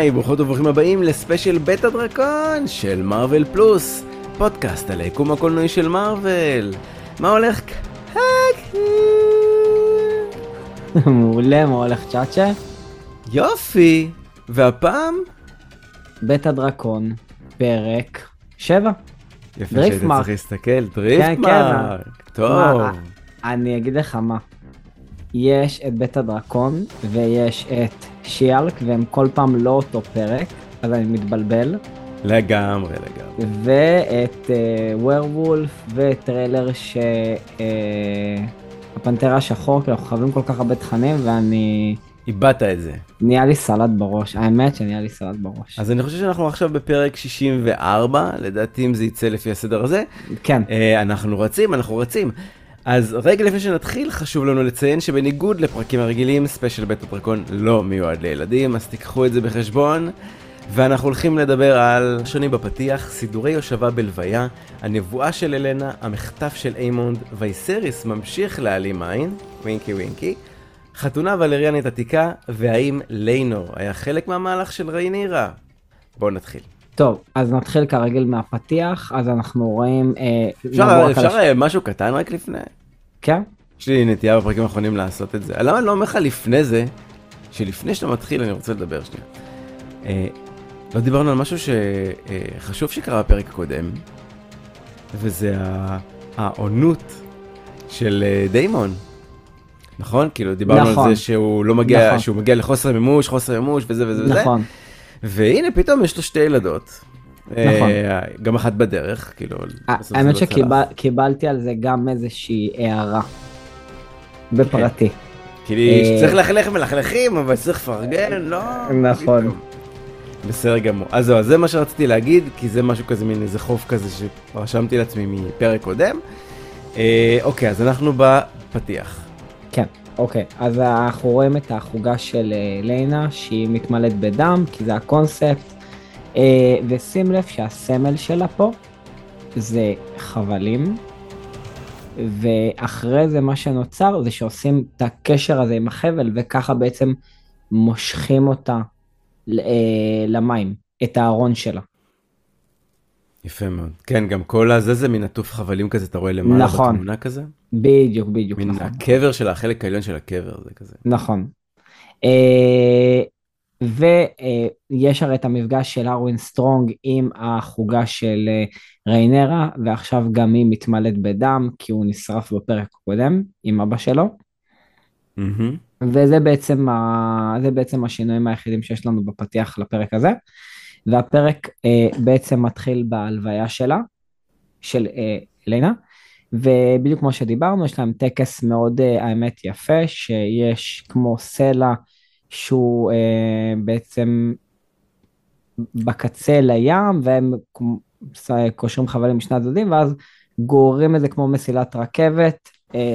היי, ברוכות וברוכים הבאים לספיישל בית הדרקון של מארוול פלוס, פודקאסט על היקום הקולנועי של מארוול. מה הולך? מעולה, מה הולך צ'אצ'ה? יופי, והפעם? בית הדרקון, פרק 7. יפה שהיית צריך להסתכל, דריפטמרק, טוב. אני אגיד לך מה, יש את בית הדרקון ויש את שיאלק, והם כל פעם לא אותו פרק, אז אני מתבלבל. לגמרי. ואת ווירוולף וטריילר הפנתר השחור, כי אנחנו חייבים כל כך הרבה תכנים, ואני... איבדת את זה. נהיה לי סלט בראש, האמת שנהיה לי סלט בראש. אז אני חושב שאנחנו עכשיו בפרק 64, לדעתי אם זה יצא לפי הסדר הזה. כן. אנחנו רצים. אז רגע לפני שנתחיל, חשוב לנו לציין שבניגוד לפרקים הרגילים, ספיישל בית הדרקון לא מיועד לילדים, אז תיקחו את זה בחשבון. ואנחנו הולכים לדבר על שונים בפתיח, סידורי יושבה בלוויה, הנבואה של אלנה, המחטף של איימונד, וייסריס ממשיך להעלים עין, ווינקי, חתונה ולריאנית עתיקה, והאם ליינור היה חלק מהמהלך של ריינירה? בואו נתחיל. טוב, אז נתחיל כרגיל מהפתיח, אז אנחנו רואים... אפשר משהו קטן רק לפני? כן? יש לי נטייה בפרקים האחרונים לעשות את זה. למה אני לא אומר לך לפני זה, שלפני שאתה מתחיל אני רוצה לדבר שנייה. לא דיברנו על משהו שחשוב שקרה בפרק הקודם, וזה העונות של דיימון. נכון? כאילו דיברנו על זה שהוא לא מגיע, שהוא מגיע לחוסר מימוש, וזה. נכון. והנה פתאום יש לו שתי ילדות. נכון. גם אחת בדרך, כאילו. האמת שקיבלתי על זה גם איזושהי הערה. בפרטי. כאילו שצריך מלכלכים, אבל צריך לפרגן, לא. נכון. בסדר גמור. אז זהו, זה מה שרציתי להגיד, כי זה משהו כזה, מין איזה חוף כזה שרשמתי לעצמי מפרק קודם. אוקיי, אז אנחנו בפתיח. כן, אוקיי. אז אנחנו רואים את החוגה של ליינה, שהיא מתמלאת בדם, כי זה הקונספט. ושים לב שהסמל שלה פה זה חבלים. ואחרי זה מה שנוצר זה שעושים את הקשר הזה עם החבל, וככה בעצם מושכים אותה למים, את הארון שלה. יפה מאוד. כן, גם כל הזה זה מן עטוף חבלים כזה, אתה רואה למעלה נכון. בתמונה כזה? בדיוק, מן נכון. הקבר של החלק העליון של הקבר, זה כזה. נכון. ויש הרי את המפגש של ארווין סטרונג עם החוגה של ריינרה, ועכשיו גם היא מתמלאת בדם, כי הוא נשרף בפרק הקודם עם אבא שלו. וזה בעצם השינויים היחידים שיש לנו בפתיח לפרק הזה. והפרק בעצם מתחיל בהלוויה שלה, של אלנה, ובדיוק כמו שדיברנו, יש להם טקס מאוד האמת יפה, שיש כמו סלע שהוא בעצם בקצה לים, והם קושרים חבלים משני הצדדים, ואז גוררים את זה כמו מסילת רכבת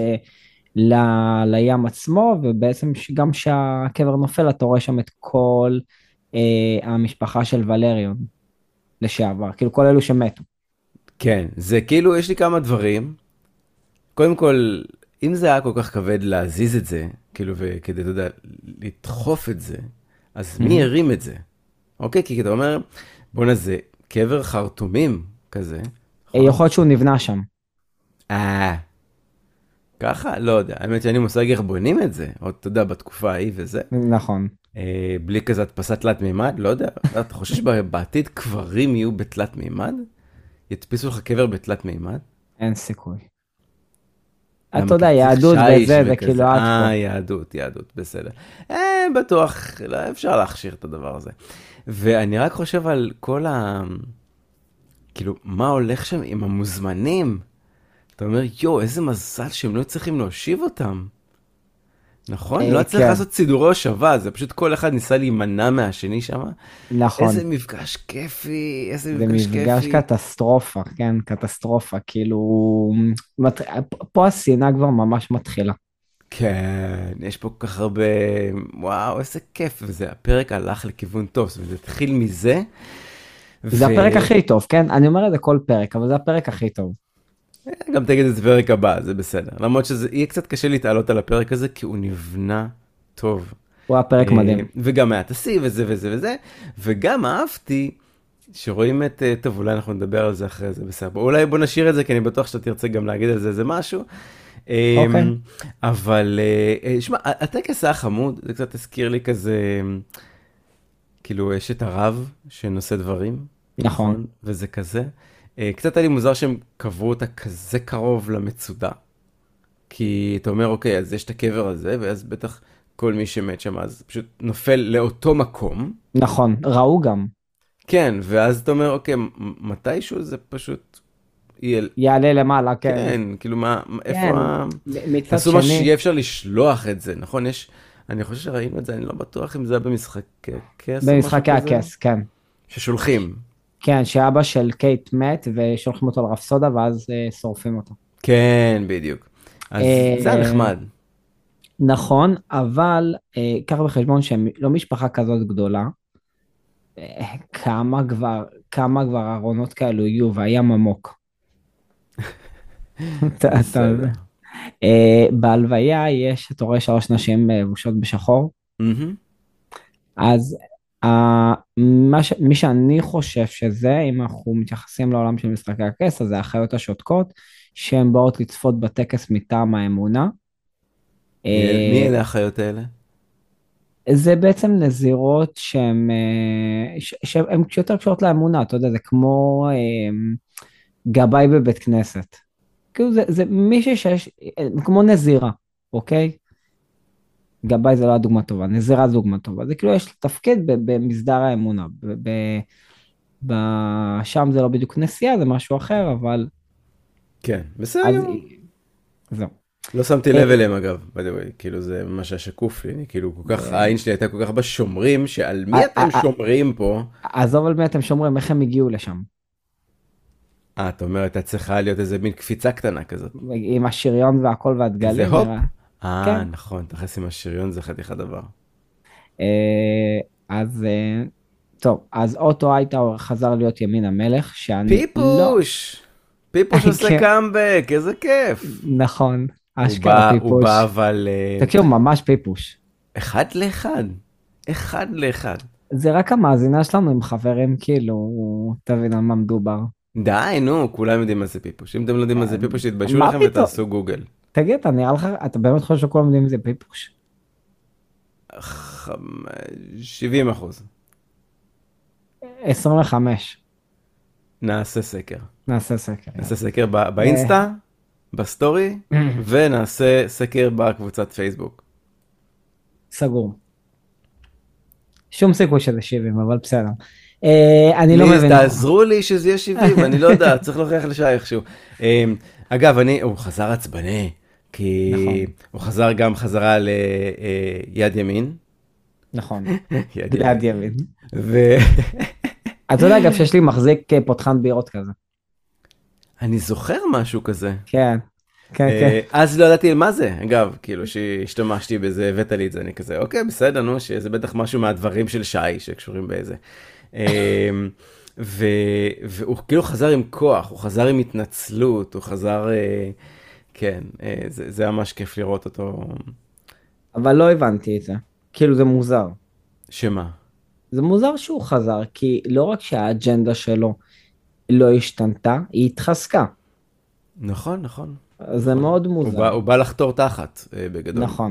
לים עצמו, ובעצם גם שהקבר נופל, אתה רואה שם את כל המשפחה של ולריון לשעבר, כאילו כל אלו שמתו. כן, זה כאילו, יש לי כמה דברים. קודם כל, אם זה היה כל כך כבד להזיז את זה, כאילו, וכדי, אתה יודע, לדחוף את זה, אז מי הרים את זה? אוקיי, כי אתה אומר, בוא נזה, קבר חרטומים כזה. יכול להיות שהוא נבנה שם. ככה? לא יודע. האמת שאני מושג איך בונים את זה, עוד, אתה יודע, בתקופה ההיא וזה. נכון. בלי כזה הדפסת תלת מימד, לא יודע. אתה חושב שבעתיד קברים יהיו בתלת מימד? ידפיסו לך קבר בתלת מימד? אין סיכוי. אתה יודע, יהדות וזה, זה כאילו... יהדות, בסדר. בטוח, אפשר להכשיר את הדבר הזה. ואני רק חושב על כל כאילו, מה הולך שם עם המוזמנים? אתה אומר, איזה מזל שהם לא צריכים להושיב אותם. נכון? לא צריך לעשות סידורי הושבה, זה פשוט כל אחד ניסה להימנע מהשני שם. נכון. איזה מפגש כיפי, זה מפגש קטסטרופה, כן, קטסטרופה, כאילו, פה השנאה כבר ממש מתחילה. כן, יש פה כך הרבה, וואו, איזה כיף, וזה, הפרק הלך לכיוון טוב, זה התחיל מזה. זה הפרק הכי טוב, כן? אני אומר את זה כל פרק, אבל זה הפרק הכי טוב. גם תגיד את זה פרק הבא, זה בסדר. למרות שזה יהיה קצת קשה להתעלות על הפרק הזה, כי הוא נבנה טוב. הוא היה פרק מדהים. וגם היה את השיא וזה וזה וזה, וגם אהבתי שרואים את, טוב, אולי אנחנו נדבר על זה אחרי זה, בסדר. אולי בוא נשאיר את זה, כי אני בטוח שאתה תרצה גם להגיד על זה איזה משהו. אוקיי. אבל, שמע, הטקס היה חמוד, זה קצת הזכיר לי כזה, כאילו, יש את הרב שנושא דברים. נכון. וזה כזה. קצת היה לי מוזר שהם קברו אותה כזה קרוב למצודה. כי אתה אומר, אוקיי, אז יש את הקבר הזה, ואז בטח כל מי שמת שם, אז פשוט נופל לאותו מקום. נכון, ראו גם. כן, ואז אתה אומר, אוקיי, מתישהו זה פשוט יעלה למעלה, כן. כן, כאילו מה, איפה מצד עשו מה שני, שיהיה אפשר לשלוח את זה, נכון? אני חושב שראינו את זה, אני לא בטוח אם זה היה במשחקי הכס או משהו במשחקי כזה. הכס, כן. ששולחים. כן, שאבא של קייט מת ושולחים אותו לרפסודה ואז שורפים אותו. כן, בדיוק. אז זה היה נחמד. נכון, אבל קח בחשבון שהם לא משפחה כזאת גדולה. כמה כבר ארונות כאלו יהיו והים עמוק. בסדר. בהלוויה יש, אתה רואה 3 נשים לבושות בשחור, אז מי שאני חושב שזה, אם אנחנו מתייחסים לעולם של משחקי הכס, אז זה החיות השותקות, שהן באות לצפות בטקס מטעם האמונה. מי אלה החיות האלה? זה בעצם נזירות שהן יותר קשורות לאמונה, אתה יודע, זה כמו גבאי בבית כנסת. כאילו זה מישהו שיש, כמו נזירה, אוקיי? גבאי זה לא הדוגמה טובה, נזירה זה דוגמה טובה, זה כאילו יש תפקיד במסדר האמונה, שם זה לא בדיוק נסיעה, זה משהו אחר, אבל... כן, בסדר. זהו. לא שמתי לב אליהם אגב, כאילו זה ממש השקוף לי, כאילו כל כך, העין שלי הייתה כל כך בשומרים, שעל מי אתם שומרים פה? עזוב על מי אתם שומרים, איך הם הגיעו לשם? אתה אומר, הייתה צריכה להיות איזה מין קפיצה קטנה כזאת. עם השריון והכל והדגלים. זה הופ? נכון, תכף עם השריון זה חתיכת דבר. אז, טוב, אז אוטו הייטאוור חזר להיות ימין המלך, שאני פיפוש! פיפוש עושה קאמבק, איזה כיף. נכון, אשכרה פיפוש. הוא בא אבל... תקשיב, ממש פיפוש. אחד לאחד. זה רק המאזינה שלנו עם חברים, כאילו, תבין על מה מדובר. די, נו, כולם יודעים מה זה פיפוש. אם אתם לא יודעים מה זה פיפוש, תתביישו לכם ותעשו גוגל. תגיד, אתה נראה לך, אתה באמת חושב שכולם יודעים מה זה פיפוש? 70%. 25. נעשה סקר. נעשה סקר באינסטה, בסטורי, ונעשה סקר בקבוצת פייסבוק. סגור. שום סיכוי שזה 70, אבל בסדר. אני לא מבין. תעזרו לי שזה יהיה 70, אני לא יודע, צריך להוכיח לשי איכשהו. אגב, הוא חזר עצבני, כי הוא חזר גם חזרה ליד ימין. נכון, יד ימין. אתה יודע, אגב, שיש לי מחזיק פותחן בירות כזה. אני זוכר משהו כזה. כן. אז לא ידעתי מה זה, אגב, כאילו שהשתמשתי בזה, הבאת לי את זה, אני כזה, אוקיי, בסדר, נו, שזה בטח משהו מהדברים של שי שקשורים באיזה. והוא כאילו חזר עם כוח, הוא חזר עם התנצלות, הוא חזר, כן, זה היה ממש כיף לראות אותו. אבל לא הבנתי את זה, כאילו זה מוזר. שמה? זה מוזר שהוא חזר, כי לא רק שהאג'נדה שלו לא השתנתה, היא התחזקה. נכון. זה מאוד מוזר. הוא בא לחתור תחת, בגדול. נכון.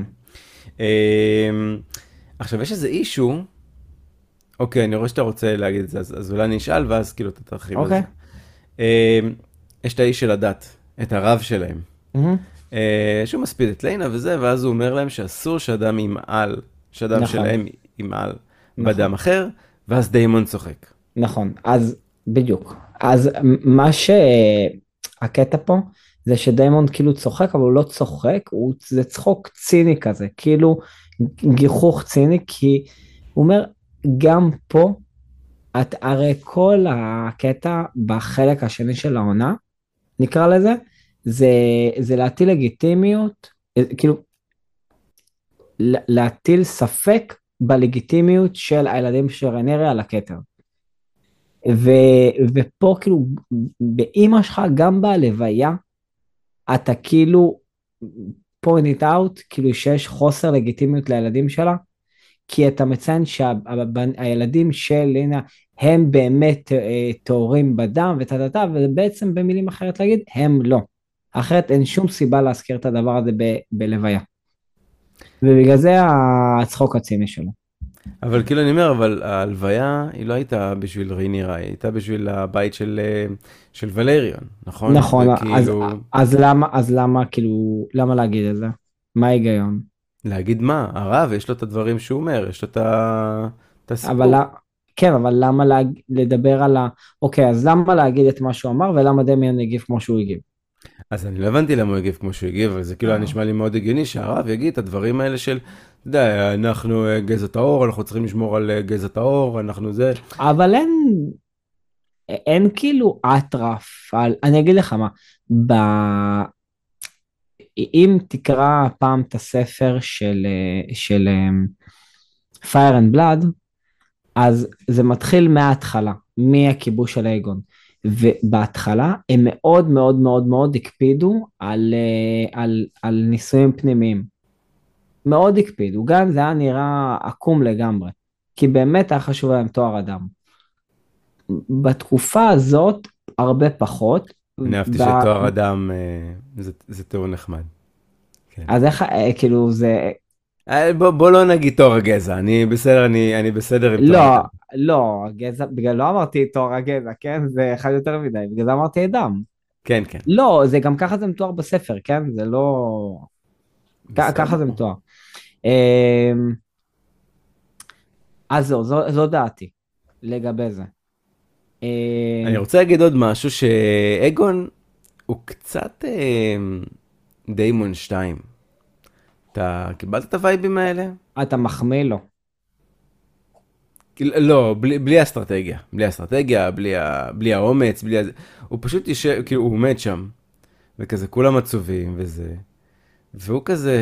עכשיו, יש איזה אישו, אוקיי, אני רואה שאתה רוצה להגיד את זה, אז אולי אני אשאל, ואז כאילו אתה תרחיב על זה. יש את האיש של הדת, את הרב שלהם, שהוא מספיד את לינה וזה, ואז הוא אומר להם שאסור שאדם ימעל, שאדם שלהם ימעל בדם אחר, ואז דיימון צוחק. נכון, אז בדיוק. אז מה שהקטע פה, זה שדיימון כאילו צוחק, אבל הוא לא צוחק, זה צחוק ציני כזה, כאילו גיחוך ציני, כי הוא אומר, גם פה, הרי כל הקטע בחלק השני של העונה, נקרא לזה, זה להטיל לגיטימיות, כאילו, להטיל ספק בלגיטימיות של הילדים של רנרי על הכתר. ופה כאילו, באמא שלך, גם בלוויה, אתה כאילו point it out, כאילו שיש חוסר לגיטימיות לילדים שלה, כי אתה מציין שהילדים של לינה הם באמת טהורים בדם וטטטה, ובעצם במילים אחרת להגיד, הם לא. אחרת אין שום סיבה להזכיר את הדבר הזה בלוויה. ובגלל זה הצחוק הציני שלו. אבל כאילו אני אומר, אבל ההלוויה היא לא הייתה בשביל רינירה, היא הייתה בשביל הבית של ולריון, נכון? נכון, וכאילו... אז למה, כאילו, למה להגיד את זה? מה ההיגיון? להגיד מה? הרב, יש לו את הדברים שהוא אומר, יש לו את הסיפור. כן, אבל למה לדבר על אוקיי, אז למה להגיד את מה שהוא אמר, ולמה דמיאן הגיב כמו שהוא הגיב? אז אני לא הבנתי למה הוא הגיב כמו שהוא הגיב, אבל זה כאילו היה נשמע לי מאוד הגיוני שהרב יגיד את הדברים האלה של, אתה יודע, אנחנו גזע טהור, אנחנו צריכים לשמור על גזע טהור, אנחנו זה. אבל אין כאילו אטרף, אני אגיד לך מה, אם תקרא פעם את הספר של Fire and Blood, אז זה מתחיל מההתחלה, מהכיבוש של אייגון, ובהתחלה הם מאוד מאוד מאוד מאוד הקפידו על ניסויים פנימיים, מאוד הקפידו, גם זה היה נראה עקום לגמרי, כי באמת היה חשוב להם תואר אדם. בתקופה הזאת הרבה פחות. אני אהבתי שתואר אדם זה תיאור נחמד. אז איך, כאילו זה... בוא לא נגיד תואר הגזע, אני בסדר עם תואר הגזע. לא, הגזע, בגלל לא אמרתי תואר הגזע, כן? זה אחד יותר מדי, בגלל זה אמרתי אדם. כן, כן. לא, זה גם ככה זה מתואר בספר, כן? זה לא... ככה זה מתואר. אז זו דעתי, לגבי זה. אני רוצה להגיד עוד משהו, שאגון הוא קצת דיימון 2. אתה קיבלת את הווייבים האלה? אתה מחמיא לו. לא, בלי אסטרטגיה. בלי אסטרטגיה, בלי האומץ, הוא פשוט יושב, כאילו הוא עומד שם, וכזה כולם עצובים וזה. והוא כזה,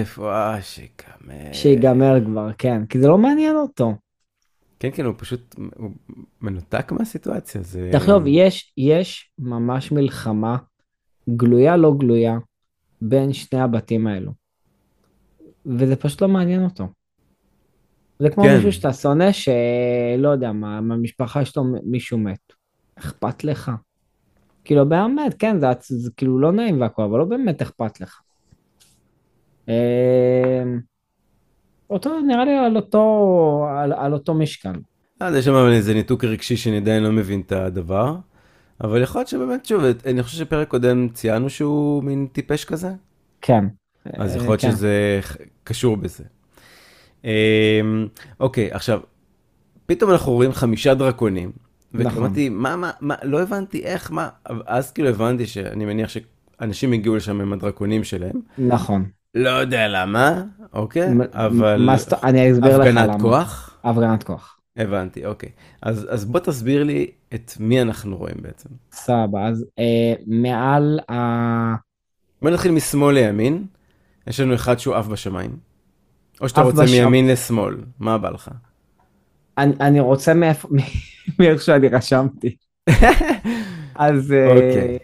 שיגמר כבר, כן, כי זה לא מעניין אותו. כן, כן, הוא פשוט, הוא מנותק מהסיטואציה. תחשוב, יש ממש מלחמה, גלויה לא גלויה, בין שני הבתים האלו. וזה פשוט לא מעניין אותו. זה כמו מישהו שאתה שונא שלא יודע מה, מהמשפחה שלו מישהו מת. אכפת לך? כאילו באמת, כן, זה כאילו לא נעים והכל, אבל לא באמת אכפת לך. אותו נראה לי על אותו משקל. יש שם איזה ניתוק רגשי שאני עדיין לא מבין את הדבר, אבל יכול להיות שבאמת, שוב, אני חושב שפרק קודם ציינו שהוא מין טיפש כזה. כן. אז יכול להיות שזה קשור בזה. אוקיי, עכשיו, פתאום אנחנו רואים 5 דרקונים, וכלומתי, לא הבנתי איך, מה, אז כאילו הבנתי שאני מניח שאנשים הגיעו לשם עם הדרקונים שלהם. נכון. לא יודע למה, אוקיי, אבל... אני אסביר לך למה. הפגנת כוח? הפגנת כוח. הבנתי, אוקיי. אז בוא תסביר לי את מי אנחנו רואים בעצם. סבבה, אז מעל ה... בוא נתחיל משמאל לימין. יש לנו אחד שהוא אף בשמיים. או שאתה רוצה מימין לשמאל. מה בא לך? אני רוצה מאיך שאני רשמתי. אז... אוקיי.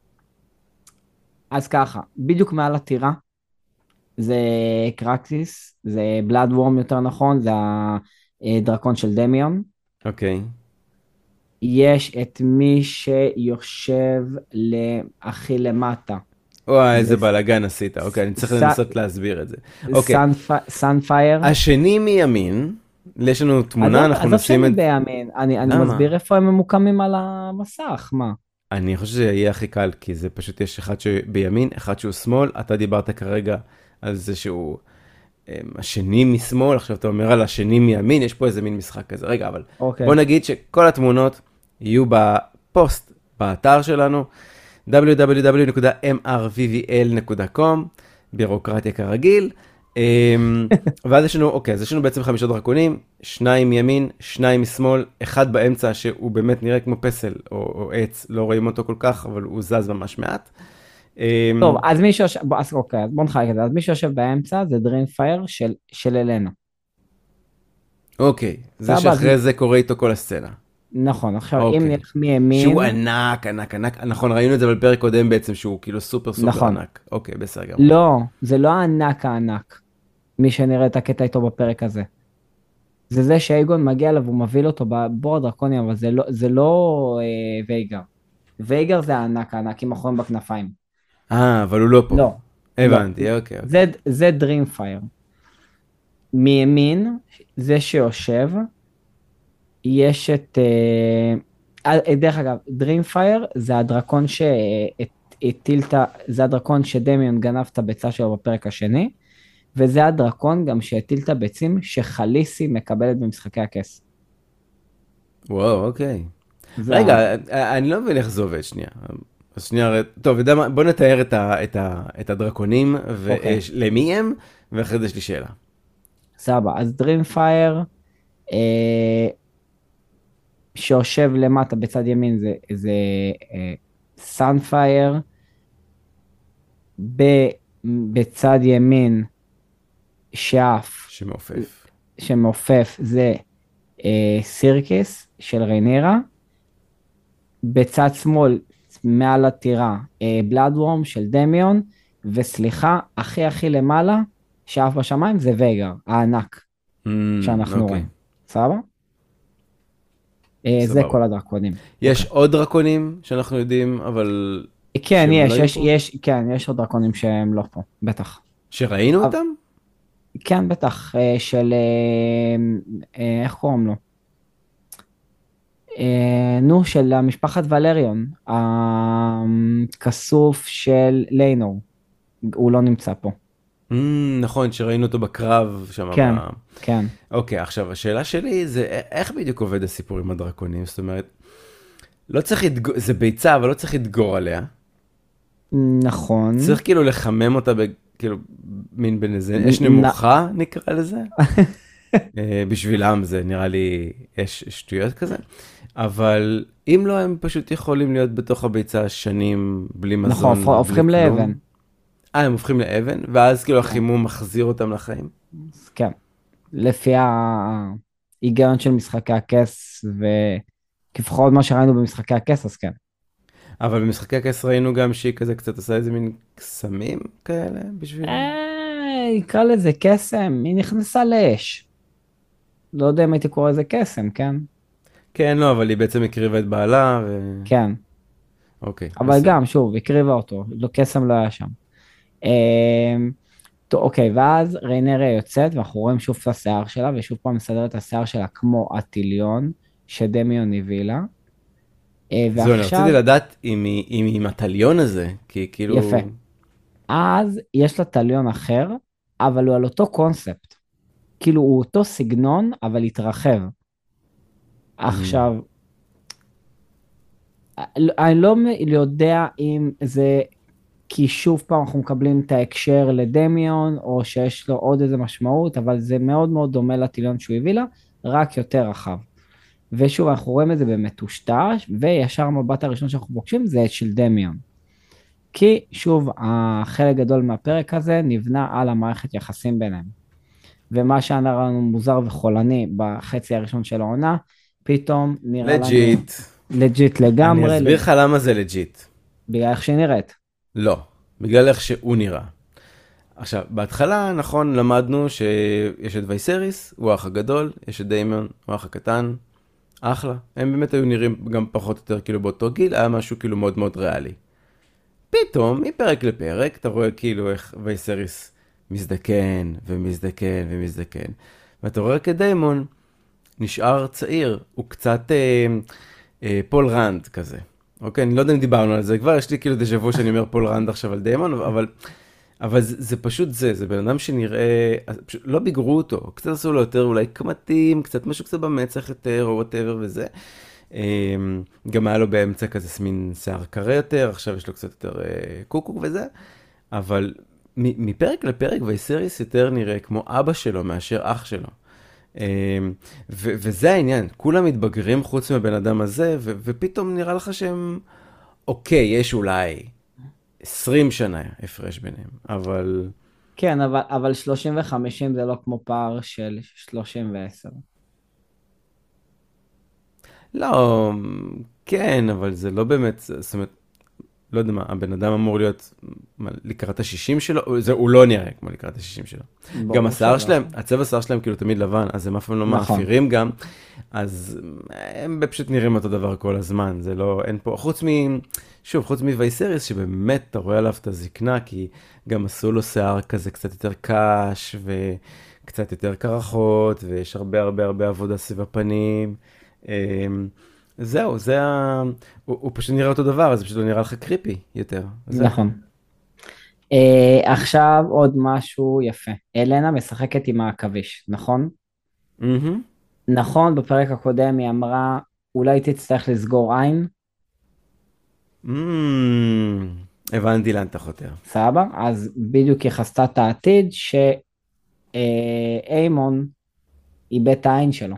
אז ככה, בדיוק מעל הטירה, זה קרקסיס, זה בלאד וורם יותר נכון, זה הדרקון של דמיון. אוקיי. יש את מי שיושב הכי למטה. וואי, איזה בלגן עשית. אוקיי, אני צריך לנסות להסביר את זה. אוקיי. סנפייר. השני מימין, יש לנו תמונה, אנחנו נשים את... אני מסביר איפה הם ממוקמים על המסך, מה? אני חושב שזה יהיה הכי קל, כי זה פשוט יש אחד שבימין, אחד שהוא שמאל, אתה דיברת כרגע על זה שהוא השני משמאל, עכשיו אתה אומר על השני מימין, יש פה איזה מין משחק כזה. רגע, אבל בוא נגיד שכל התמונות יהיו בפוסט, באתר שלנו, www.mrvvl.com, בירוקרטיה כרגיל, ואז יש לנו, אוקיי, אז יש לנו בעצם 5 דרקונים, 2 ימין, 2 משמאל, 1 באמצע שהוא באמת נראה כמו פסל או עץ, לא רואים אותו כל כך, אבל הוא זז ממש מעט. טוב, אז מי שיושב, אוקיי, אז בוא נחלק את זה, אז מי שיושב באמצע זה דרימפייר של אלנה. אוקיי, זה שאחרי זה קורה איתו כל הסצנה. נכון, עכשיו אם נלך מימין... שהוא ענק, ענק, ענק, נכון, ראינו את זה בפרק קודם בעצם, שהוא כאילו סופר סופר ענק. אוקיי, בסדר גמור. לא, זה לא הענק הענק, מי שנראה את הקטע איתו בפרק הזה. זה שאייגון מגיע אליו, הוא מביא אותו בבור הדרקוני, אבל זה לא וייגר. וייגר זה הענק, הענק עם החורים בכנפיים. אבל הוא לא פה. לא, לא. הבנתי, אוקיי, אוקיי. זה דרימפייר. מימין, זה שיושב, יש דרך אגב, דרימפייר זה הדרקון זה הדרקון שדמיון גנב את הביצה שלו בפרק השני, וזה הדרקון גם שהטיל את הביצים שחליסי מקבלת במשחקי הכס. וואו, אוקיי. זה רגע, אני לא מבין איך זה עובד, שנייה. אז שנייה, טוב, יודע מה, בוא נתאר את הדרקונים, אוקיי, ולמי הם, ואחרי זה יש לי שאלה. סבבה. אז דרימפייר, שיושב למטה בצד ימין זה סאנפייר, בצד ימין שאף שמעופף. שמעופף זה סירקיס של ריינירה, בצד שמאל מעל הטירה בלאדוורם של דמיון, וסליחה, הכי הכי למעלה, שאף בשמיים זה וייגר, הענק שאנחנו אוקיי, רואים. סבבה? זה סבבה. כל הדרקונים. יש אוקיי. עוד דרקונים שאנחנו יודעים, אבל כן, שהם לא היו פה? כן, יש עוד דרקונים שהם לא פה, בטח. שראינו אותם? כן, בטח, של, איך קוראים לו? נו, של משפחת ולריון, הכסוף של ליינור, הוא לא נמצא פה. נכון, שראינו אותו בקרב שם. כן, כן. אוקיי, עכשיו, השאלה שלי זה איך בדיוק עובד הסיפור עם הדרקונים? זאת אומרת, לא צריך זה ביצה, אבל לא צריך לדגור עליה. נכון. צריך כאילו לחמם אותה כאילו, מין בין איזה אש נמוכה, נקרא לזה. בשבילם זה נראה לי אש שטויות כזה. אבל אם לא, הם פשוט יכולים להיות בתוך הביצה שנים בלי מזון. נכון, הופכים לאבן. הם הופכים לאבן, ואז כאילו החימום מחזיר אותם לחיים. כן, לפי ההיגיון של משחקי הכס, וכפחות מה שראינו במשחקי הכס, אז כן. אבל במשחקי הכס ראינו גם שהיא כזה קצת עושה איזה מין קסמים כאלה בשבילם. נקרא לזה קסם, היא נכנסה לאש. לא יודע אם הייתי קורא לזה קסם, כן? כן, לא, אבל היא בעצם הקריבה את בעלה, כן, אוקיי, אבל בסדר. גם, שוב, הקריבה אותו, לא, קסם לא היה שם. טוב, אוקיי, ואז ריינרה יוצאת, ואנחנו רואים שוב את השיער שלה, ושוב פעם מסדרת את השיער שלה כמו הטיליון, שדמיון הביא לה. זהו, אני ועכשיו, רציתי לדעת אם היא עם הטליון הזה, כי כאילו... יפה. אז יש לה טליון אחר, אבל הוא על אותו קונספט. כאילו, הוא אותו סגנון, אבל התרחב. עכשיו, אני לא יודע אם זה כי שוב פעם אנחנו מקבלים את ההקשר לדמיון, או שיש לו עוד איזה משמעות, אבל זה מאוד מאוד דומה לטיליון שהוא הביא לה, רק יותר רחב. ושוב, אנחנו רואים את זה במטושטש, וישר המבט הראשון שאנחנו פוגשים זה את של דמיון. כי שוב, החלק גדול מהפרק הזה נבנה על המערכת יחסים ביניהם. ומה שנראה לנו מוזר וחולני בחצי הראשון של העונה, פתאום נראה לנו... לג'יט. לג'יט לגמרי. אני אסביר לך למה זה לג'יט. בגלל איך שהיא נראית. לא, בגלל איך שהוא נראה. עכשיו, בהתחלה, נכון, למדנו שיש את וייסריס, הוא האח הגדול, יש את דיימון, הוא האח הקטן, אחלה. הם באמת היו נראים גם פחות או יותר כאילו באותו גיל, היה משהו כאילו מאוד מאוד ריאלי. פתאום, מפרק לפרק, אתה רואה כאילו איך וייסריס מזדקן ומזדקן ומזדקן. ואתה רואה כדיימון נשאר צעיר, הוא קצת פול רנד כזה. אוקיי, אני לא יודע אם דיברנו על זה, כבר יש לי כאילו דז'ה-וו שאני אומר פול רנד עכשיו על דיימון, אבל זה פשוט זה בן אדם שנראה, פשוט לא ביגרו אותו, קצת עשו לו יותר אולי קמטים, קצת משהו קצת במצח יותר או whatever וזה. גם היה לו באמצע כזה מין שיער קרה יותר, עכשיו יש לו קצת יותר קוקוק וזה, אבל מפרק לפרק וייסריס יותר נראה כמו אבא שלו מאשר אח שלו. וזה העניין, כולם מתבגרים חוץ מהבן אדם הזה, ופתאום נראה לך שהם, אוקיי, יש אולי 20 שנה הפרש ביניהם, אבל... כן, אבל 30 ו-50 זה לא כמו פער של 30 ו-10. לא, כן, אבל זה לא באמת, זאת אומרת, לא יודע מה, הבן אדם אמור להיות לקראת ה-60 שלו, הוא לא נראה כמו לקראת ה-60 שלו. גם השיער שלהם, הצבע שיער שלהם כאילו תמיד לבן, אז הם אף פעם לא מאפירים גם, אז הם פשוט נראים אותו דבר כל הזמן, זה לא, אין פה, חוץ מווייסריס, שבאמת אתה רואה עליו את הזקנה, כי גם עשו לו שיער כזה קצת יותר קש, וקצת יותר קרחות, ויש הרבה עבודה סביב הפנים. זהו, הוא פשוט נראה אותו דבר, אז זה פשוט לא נראה לך קריפי יותר. נכון. עכשיו עוד משהו יפה. אלנה משחקת עם העכביש, נכון? נכון, בפרק הקודם היא אמרה, אולי תצטרך לסגור עין. הבנתי לאן אתה חותר. סבבה? אז בדיוק היא חסתה את העתיד שאיימון איבד את העין שלו.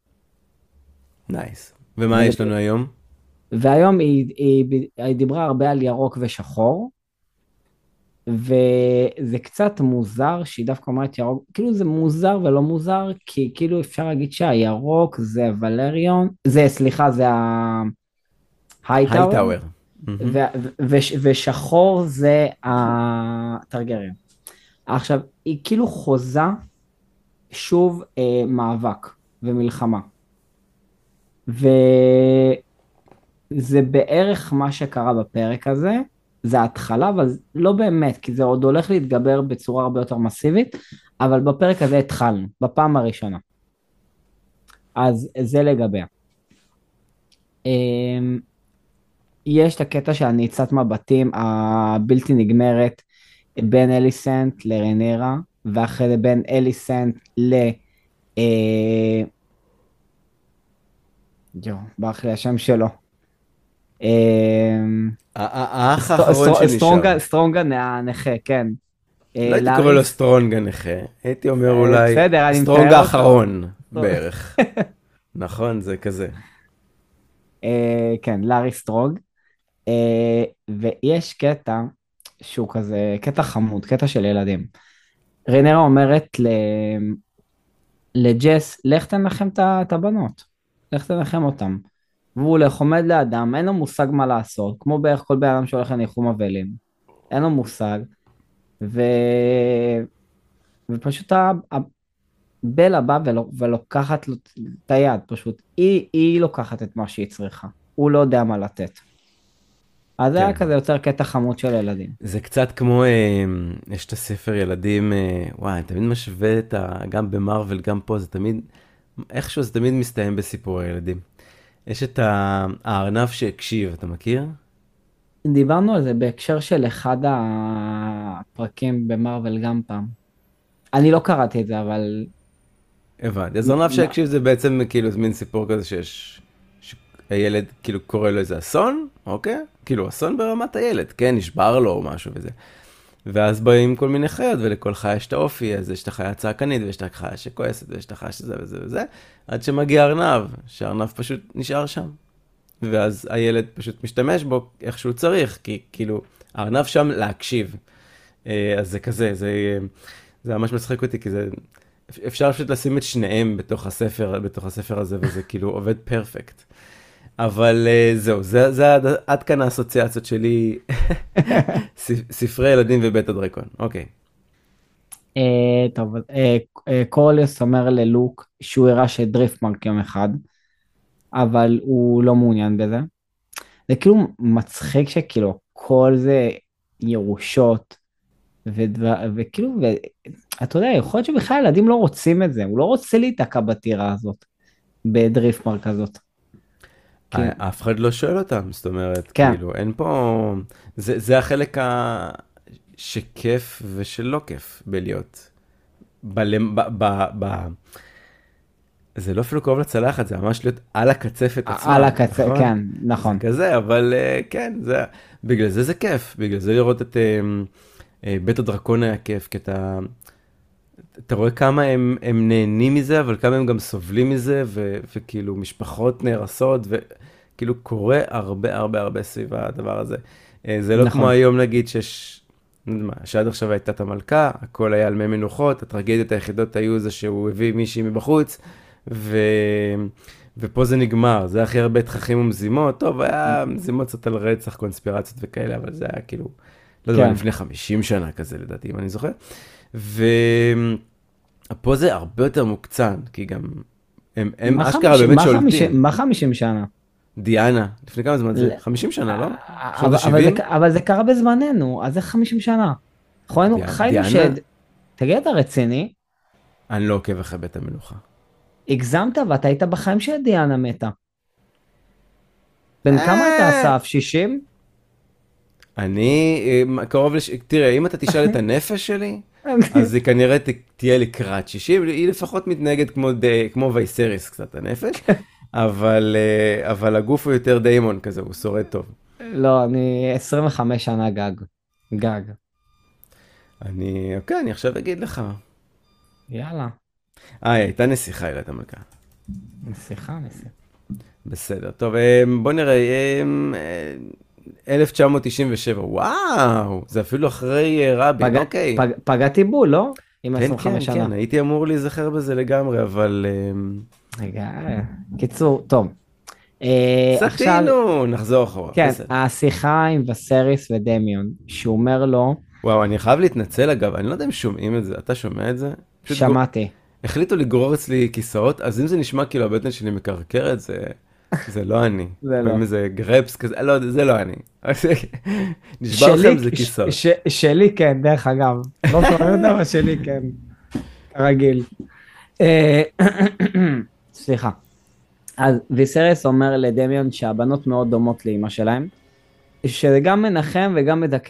נייס. ומה יש לנו היום? והיום היא דיברה הרבה על ירוק ושחור, וזה קצת מוזר שהיא דווקא אומרת ירוק, כאילו זה מוזר ולא מוזר, כי כאילו אפשר להגיד שהירוק זה ולריון, סליחה, זה ההייטאוור, ושחור זה הטרגריון. עכשיו, היא כאילו חוזה שוב מאבק ומלחמה. וזה בערך מה שקרה בפרק הזה, זה ההתחלה, אבל לא באמת, כי זה עוד הולך להתגבר בצורה הרבה יותר מסיבית, אבל בפרק הזה התחלנו, בפעם הראשונה. אז זה לגביה. יש את הקטע של הניצת מבטים הבלתי נגמרת בין אליסנט לרנרה, ואחרי זה בין אליסנט ברח לי השם שלו. האח האחרון שנשאר. סטרונגן הנכה, כן. לא הייתי קורא לו סטרונגן נכה, הייתי אומר אולי סטרונג האחרון בערך. נכון, זה כזה. כן, לארי סטרוג. ויש קטע שהוא כזה, קטע חמוד, קטע של ילדים. רנרה אומרת לג'ס, לך תנחם את הבנות, לך תנחם אותם. והוא הולך, עומד לאדם, אין לו מושג מה לעשות, כמו בערך כל בן אדם שהולך לניחום אבלים. אין לו מושג. ופשוט בלה באה ולוקחת לו את היד, פשוט. היא לוקחת את מה שהיא צריכה. הוא לא יודע מה לתת. אז זה היה כזה יותר קטע חמוד של ילדים. זה קצת כמו, יש את הספר ילדים, וואי, אני תמיד משווה גם במרוול, גם פה, זה תמיד, איכשהו זה תמיד מסתיים בסיפור הילדים. יש את הארנב שהקשיב, אתה מכיר? דיברנו על זה בהקשר של אחד הפרקים במרוול גם פעם. אני לא קראתי את זה, אבל... הבנתי, אז ארנב שהקשיב זה בעצם כאילו מין סיפור כזה שהילד כאילו קורא לו איזה אסון, אוקיי? כאילו אסון ברמת הילד, כן, נשבר לו או משהו וזה. ואז באים כל מיני חיות, ולכל חיה יש את האופי, אז יש את החיה הצעקנית, ויש את החיה שכועסת, ויש את החיה שזה וזה וזה, עד שמגיע ארנב, שהארנב פשוט נשאר שם. ואז הילד פשוט משתמש בו איך שהוא צריך, כי כאילו, הארנב שם להקשיב. אז זה כזה, זה ממש מצחיק אותי, כי זה, אפשר פשוט לשים את שניהם בתוך הספר הזה, וזה כאילו עובד פרפקט. אבל זהו, זה עד כאן האסוציאציות שלי, ספרי ילדים ובית הדרקון, אוקיי. טוב, קוריוס אומר ללוק שהוא הראה שדריפטמרק יום אחד, אבל הוא לא מעוניין בזה. זה כאילו מצחיק שכאילו כל זה ירושות, וכאילו, אתה יודע, יכול להיות שבכלל ילדים לא רוצים את זה, הוא לא רוצה להיתקע בטירה הזאת, בדריפטמרק הזאת. אף אחד לא שואל אותם, זאת אומרת, כאילו, אין פה, זה החלק שכיף ושלא כיף בלהיות. זה לא אפילו קרוב לצלחת, זה ממש להיות על הקצפת עצמה. על הקצפת, כן, נכון. זה כזה, אבל כן, בגלל זה כיף, בגלל זה לראות את בית הדרקון היה כיף, כי אתה רואה כמה הם נהנים מזה, אבל כמה הם גם סובלים מזה, וכאילו משפחות נהרסות, וכאילו קורה הרבה סביב הדבר הזה. זה לא כמו היום נגיד שעד עכשיו הייתה את המלכה, הכל היה על מי מנוחות, הטרגדיות היחידות היו זה שהוא הביא מישהי מבחוץ, ופה זה נגמר, זה הכי הרבה תככים ומזימות, טוב, היה מזימות קצת על רצח, קונספירציות וכאלה, אבל זה היה כאילו, לא יודע, כן. לפני 50 שנה כזה לדעתי, אם אני זוכר. ופה זה הרבה יותר מוקצן, כי גם הם אשכרה באמת שולטים. מה 50 שנה? דיאנה, לפני כמה זמן זה? ל- 50 שנה, לא? שנות אבל ה-70? אבל זה קרה בזמננו, אז איך 50 שנה? חיינו דיאנה? תגיד, אתה רציני? אני לא עוקב אחרי בית המלוכה. הגזמת ואתה היית בחיים של דיאנה מתה. בן כמה אתה אה, אסף? 60? אני קרוב תראה, אם אתה תשאל את הנפש שלי, אז היא כנראה תהיה לקראת 60, היא לפחות מתנהגת כמו וייסריס קצת הנפש, אבל הגוף הוא יותר דיימון כזה, הוא שורד טוב. לא, אני 25 שנה גג. גג. אוקיי, אני עכשיו אגיד לך. יאללה. הייתה נסיכה, היא הייתה מלכה. נסיכה. בסדר, טוב, בוא נראה, 1997, וואו, זה אפילו אחרי רבין, אוקיי. פגעתי בול, לא? עם כן, 25 כן, שנה. כן, הייתי אמור להיזכר בזה לגמרי, אבל רגע, קיצור, טוב. עכשיו, סטינו, נחזור אחורה. כן, בסדר. השיחה עם וסריס ודמיון, שהוא אומר לו, וואו, אני חייב להתנצל אגב, אני לא יודע אם שומעים את זה, אתה שומע את זה? פשוט שמעתי. החליטו לגרור אצלי כיסאות, אז אם זה נשמע כאילו הבטן שלי מקרקרת, זה לא אני. זה לא. או אם איזה גרפס כזה, לא, זה לא אני. נשבע לכם זה כיסאות. שלי כן, דרך אגב. לא שומעים אותה, אבל שלי כן. רגיל. סליחה. אז ויסרס אומר לדמיון שהבנות מאוד דומות לאמא שלהם, שזה גם מנחם וגם מדכא.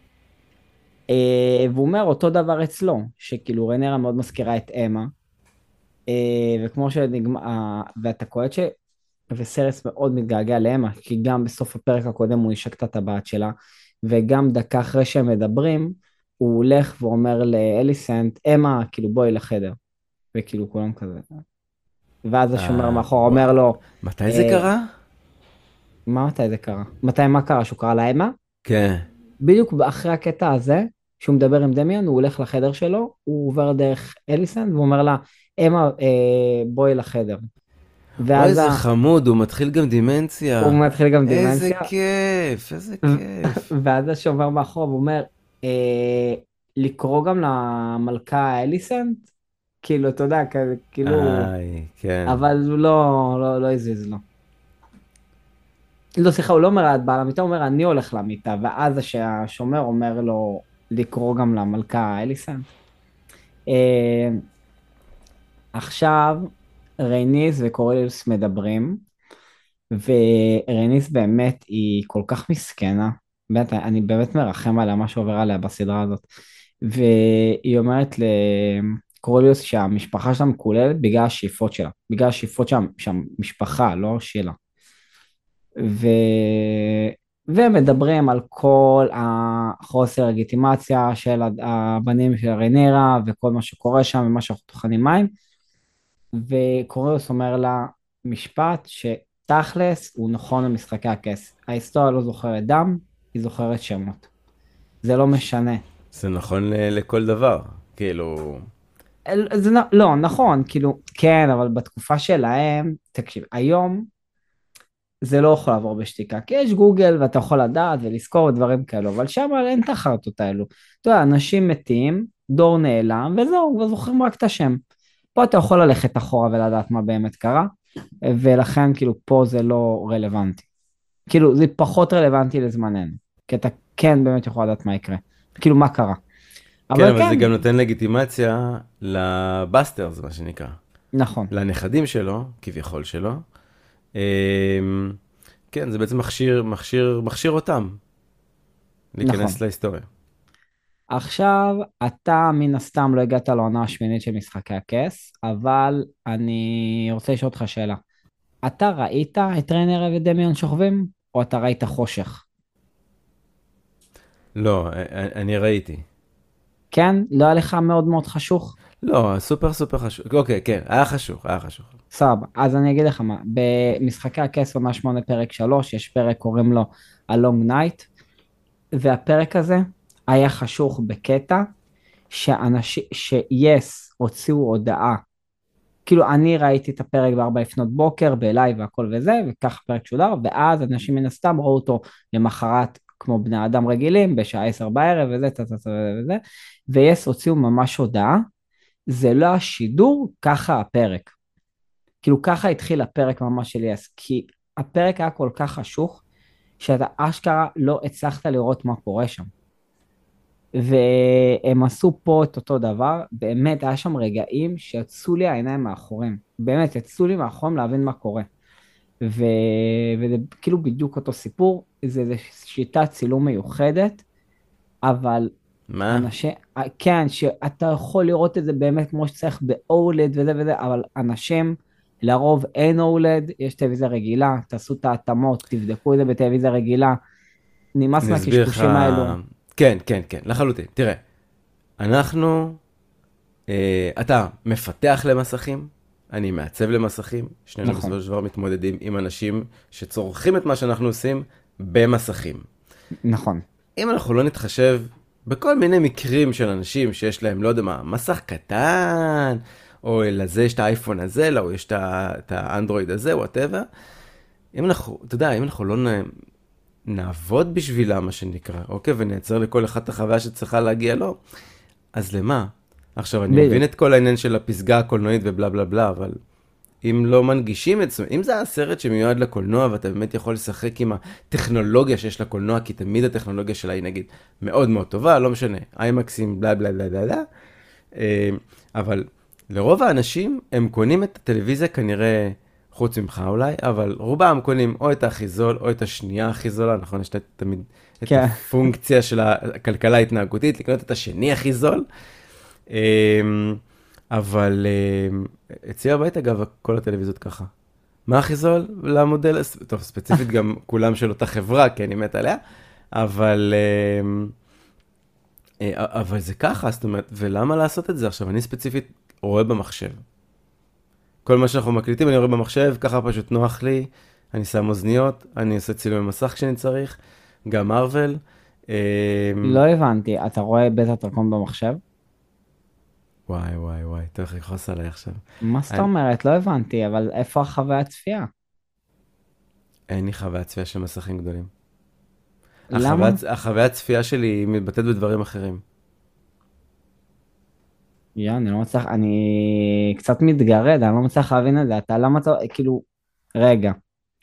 והוא אומר אותו דבר אצלו, שכאילו רנרה מאוד מזכירה את אמה, וכמו שנגמר, ואתה קולט וויסרס מאוד מתגעגע לאמה, כי גם בסוף הפרק הקודם הוא ישק את הטבעת שלה, וגם דקה אחרי שהם מדברים, הוא הולך ואומר לאליסנט, אמה, כאילו בואי לחדר, וכאילו כולם כזה. ואז השומר מאחור אומר לו, מתי זה קרה? מתי זה קרה? מה קרה? שהוא קרא לה אמה? כן. בדיוק אחרי הקטע הזה, שהוא מדבר עם דמיון, הוא הולך לחדר שלו, הוא עובר דרך אליסנט, והוא אומר לה, אמה, בואי לחדר. אוי, איזה חמוד, הוא מתחיל גם דימנציה. הוא מתחיל גם דימנציה. איזה כיף, איזה כיף. ואז השומר מאחור, הוא אומר, לקרוא גם למלכה אליסנט? כאילו, אתה יודע, כאילו, כן. אבל הוא לא הזיז לו. לא, סליחה, הוא לא אומר את בעל המיטה, הוא אומר, אני הולך למיטה, ואז השומר אומר לו, לקרוא גם למלכה אליסנט. עכשיו, רייניס וקוריליוס מדברים, ורייניס באמת היא כל כך מסכנה, באמת, אני באמת מרחם עליה מה שעובר עליה בסדרה הזאת, והיא אומרת לקוריליוס שהמשפחה שלה מקוללת בגלל השאיפות שלה, בגלל השאיפות שהמשפחה, לא שלה. ומדברים על כל החוסר לגיטימציה של הבנים של ריינירה, וכל מה שקורה שם, ומה שאנחנו טוחנים מים, וקוריליוס אומר לה משפט שתכלס הוא נכון למשחקי הכס. ההיסטוריה לא זוכרת דם, היא זוכרת שמות. זה לא משנה. זה נכון לכל דבר, כאילו... זה לא, נכון, כאילו, כן, אבל בתקופה שלהם, תקשיב, היום זה לא יכול לעבור בשתיקה, כי יש גוגל ואתה יכול לדעת ולזכור דברים כאלו, אבל שם אין את החרטות האלו. אתה יודע, אנשים מתים, דור נעלם, וזהו, וזוכרים רק את השם. פה אתה יכול ללכת אחורה ולדעת מה באמת קרה, ולכן כאילו פה זה לא רלוונטי. כאילו זה פחות רלוונטי לזמננו, כי אתה כן באמת יכול לדעת מה יקרה, כאילו מה קרה. כן, אבל זה גם נותן לגיטימציה לבאסטרס, מה שנקרא. נכון. לנכדים שלו, כביכול שלו. כן, זה בעצם מכשיר אותם להיכנס להיסטוריה. עכשיו, אתה מן הסתם לא הגעת לעונה השמינית של משחקי הכס, אבל אני רוצה לשאול אותך שאלה. אתה ראית את ריינרה ודמיון שוכבים, או אתה ראית חושך? לא, אני ראיתי. כן? לא היה לך מאוד מאוד חשוך? לא, סופר חשוך. אוקיי, כן, היה חשוך. סבבה, אז אני אגיד לך מה, במשחקי הכס עונה 8 פרק 3, יש פרק קוראים לו הלונג נייט, והפרק הזה היה חשוך בקטע, שיס הוציאו הודעה כאילו אני ראיתי את הפרק ב4 לפנות בוקר בלייב והכל וזה, וכך הפרק שודר, ואז אנשים מן הסתם ראו אותו למחרת כמו בני אדם רגילים, בשעה 10 בערב וזה, וזה, ויס הוציאו ממש הודעה, זה לא השידור, ככה הפרק. כאילו ככה התחיל הפרק ממש של יס, כי הפרק היה כל כך חשוך, שאתה אשכרה לא הצלחת לראות מה קורה שם. והם עשו פה את אותו דבר, באמת היה שם רגעים שיצאו לי העיניים מאחורים, באמת יצאו לי מאחורים להבין מה קורה. ו... וזה כאילו בדיוק אותו סיפור, זה שיטת צילום מיוחדת, אבל מה? אנשים, כן, שאתה יכול לראות את זה באמת כמו שצריך ב-OLED וזה וזה, אבל אנשים, לרוב אין OLED, יש טלוויזיה רגילה, תעשו את ההתאמות, תבדקו את זה בטלוויזיה רגילה, נמאס אני אסביר לך... מהקשקושים האלו. כן, כן, כן, לחלוטין. תראה, אנחנו... אתה מפתח למסכים, אני מעצב למסכים, שנינו נכון. בסופו של דבר מתמודדים עם אנשים שצורכים את מה שאנחנו עושים במסכים. נכון. אם אנחנו לא נתחשב בכל מיני מקרים של אנשים שיש להם, לא יודע מה, מסך קטן, או לזה יש את האייפון הזה, לא, יש את האנדרואיד הזה, whatever, אם אנחנו, אתה יודע, אם אנחנו לא נעבוד בשבילה, מה שנקרא, אוקיי, ונייצר לכל אחד את החוויה שצריכה להגיע לו, אז למה? עכשיו, אני מבין את כל העניין של הפסגה הקולנועית ובלה בלה בלה, אבל אם לא מנגישים את זה, אם זה הסרט שמיועד לקולנוע, ואתה באמת יכול לשחק עם הטכנולוגיה שיש לקולנוע, כי תמיד הטכנולוגיה שלה היא נגיד מאוד מאוד טובה, לא משנה, איימקסים, בלה בלה בלה בלה, אבל לרוב האנשים, הם קונים את הטלוויזיה כנראה, חוץ ממך אולי, אבל רובם קונים או את הכי זול, או את השנייה הכי זולה, נכון? יש תמיד את הפונקציה של הכלכלה ההתנהגותית, לקנות את השני הכי זול, אבל אצלי הבית אגב, כל הטלוויזיות ככה. מה הכי זול? למודל, טוב, ספציפית גם כולם של אותה חברה, כי אני מת עליה, אבל זה ככה, זאת אומרת, ולמה לעשות את זה? עכשיו, אני ספציפית רואה במחשב. כל מה שאנחנו מקליטים אני רואה במחשב, ככה פשוט נוח לי, אני שם אוזניות, אני עושה צילומי מסך כשאני צריך, גם מרוול. לא הבנתי, אתה רואה בית הדרקון במחשב? וואי, וואי, וואי, אתה הולך לכעוס עליי עכשיו. מה זאת אומרת? לא הבנתי, אבל איפה החוויה הצפייה? אין לי חוויית צפייה של מסכים גדולים. למה? החוויית צפייה שלי מתבטאת בדברים אחרים. אני לא מצליח, אני קצת מתגרד, אני לא מצליח להבין את זה, אתה למה אתה, כאילו, רגע,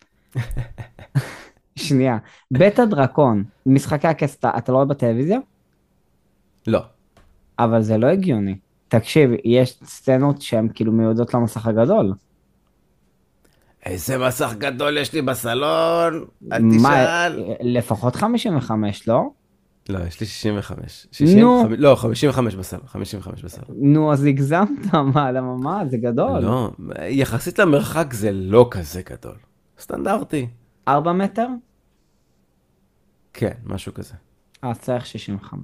שנייה, בית הדרקון, משחקי הכס, אתה לא רואה בטלוויזיה? לא. אבל זה לא הגיוני. תקשיב, יש סצנות שהן כאילו מיועדות למסך הגדול. איזה מסך גדול יש לי בסלון, אל מה, תשאל. לפחות 55, לא? לא, יש לי 65. נו. לא, 55 בסלון, 55 בסלון. נו, אז הגזמת, מה, זה גדול. לא, יחסית למרחק זה לא כזה גדול. סטנדרטי. 4 מטר? כן, משהו כזה. צריך 65.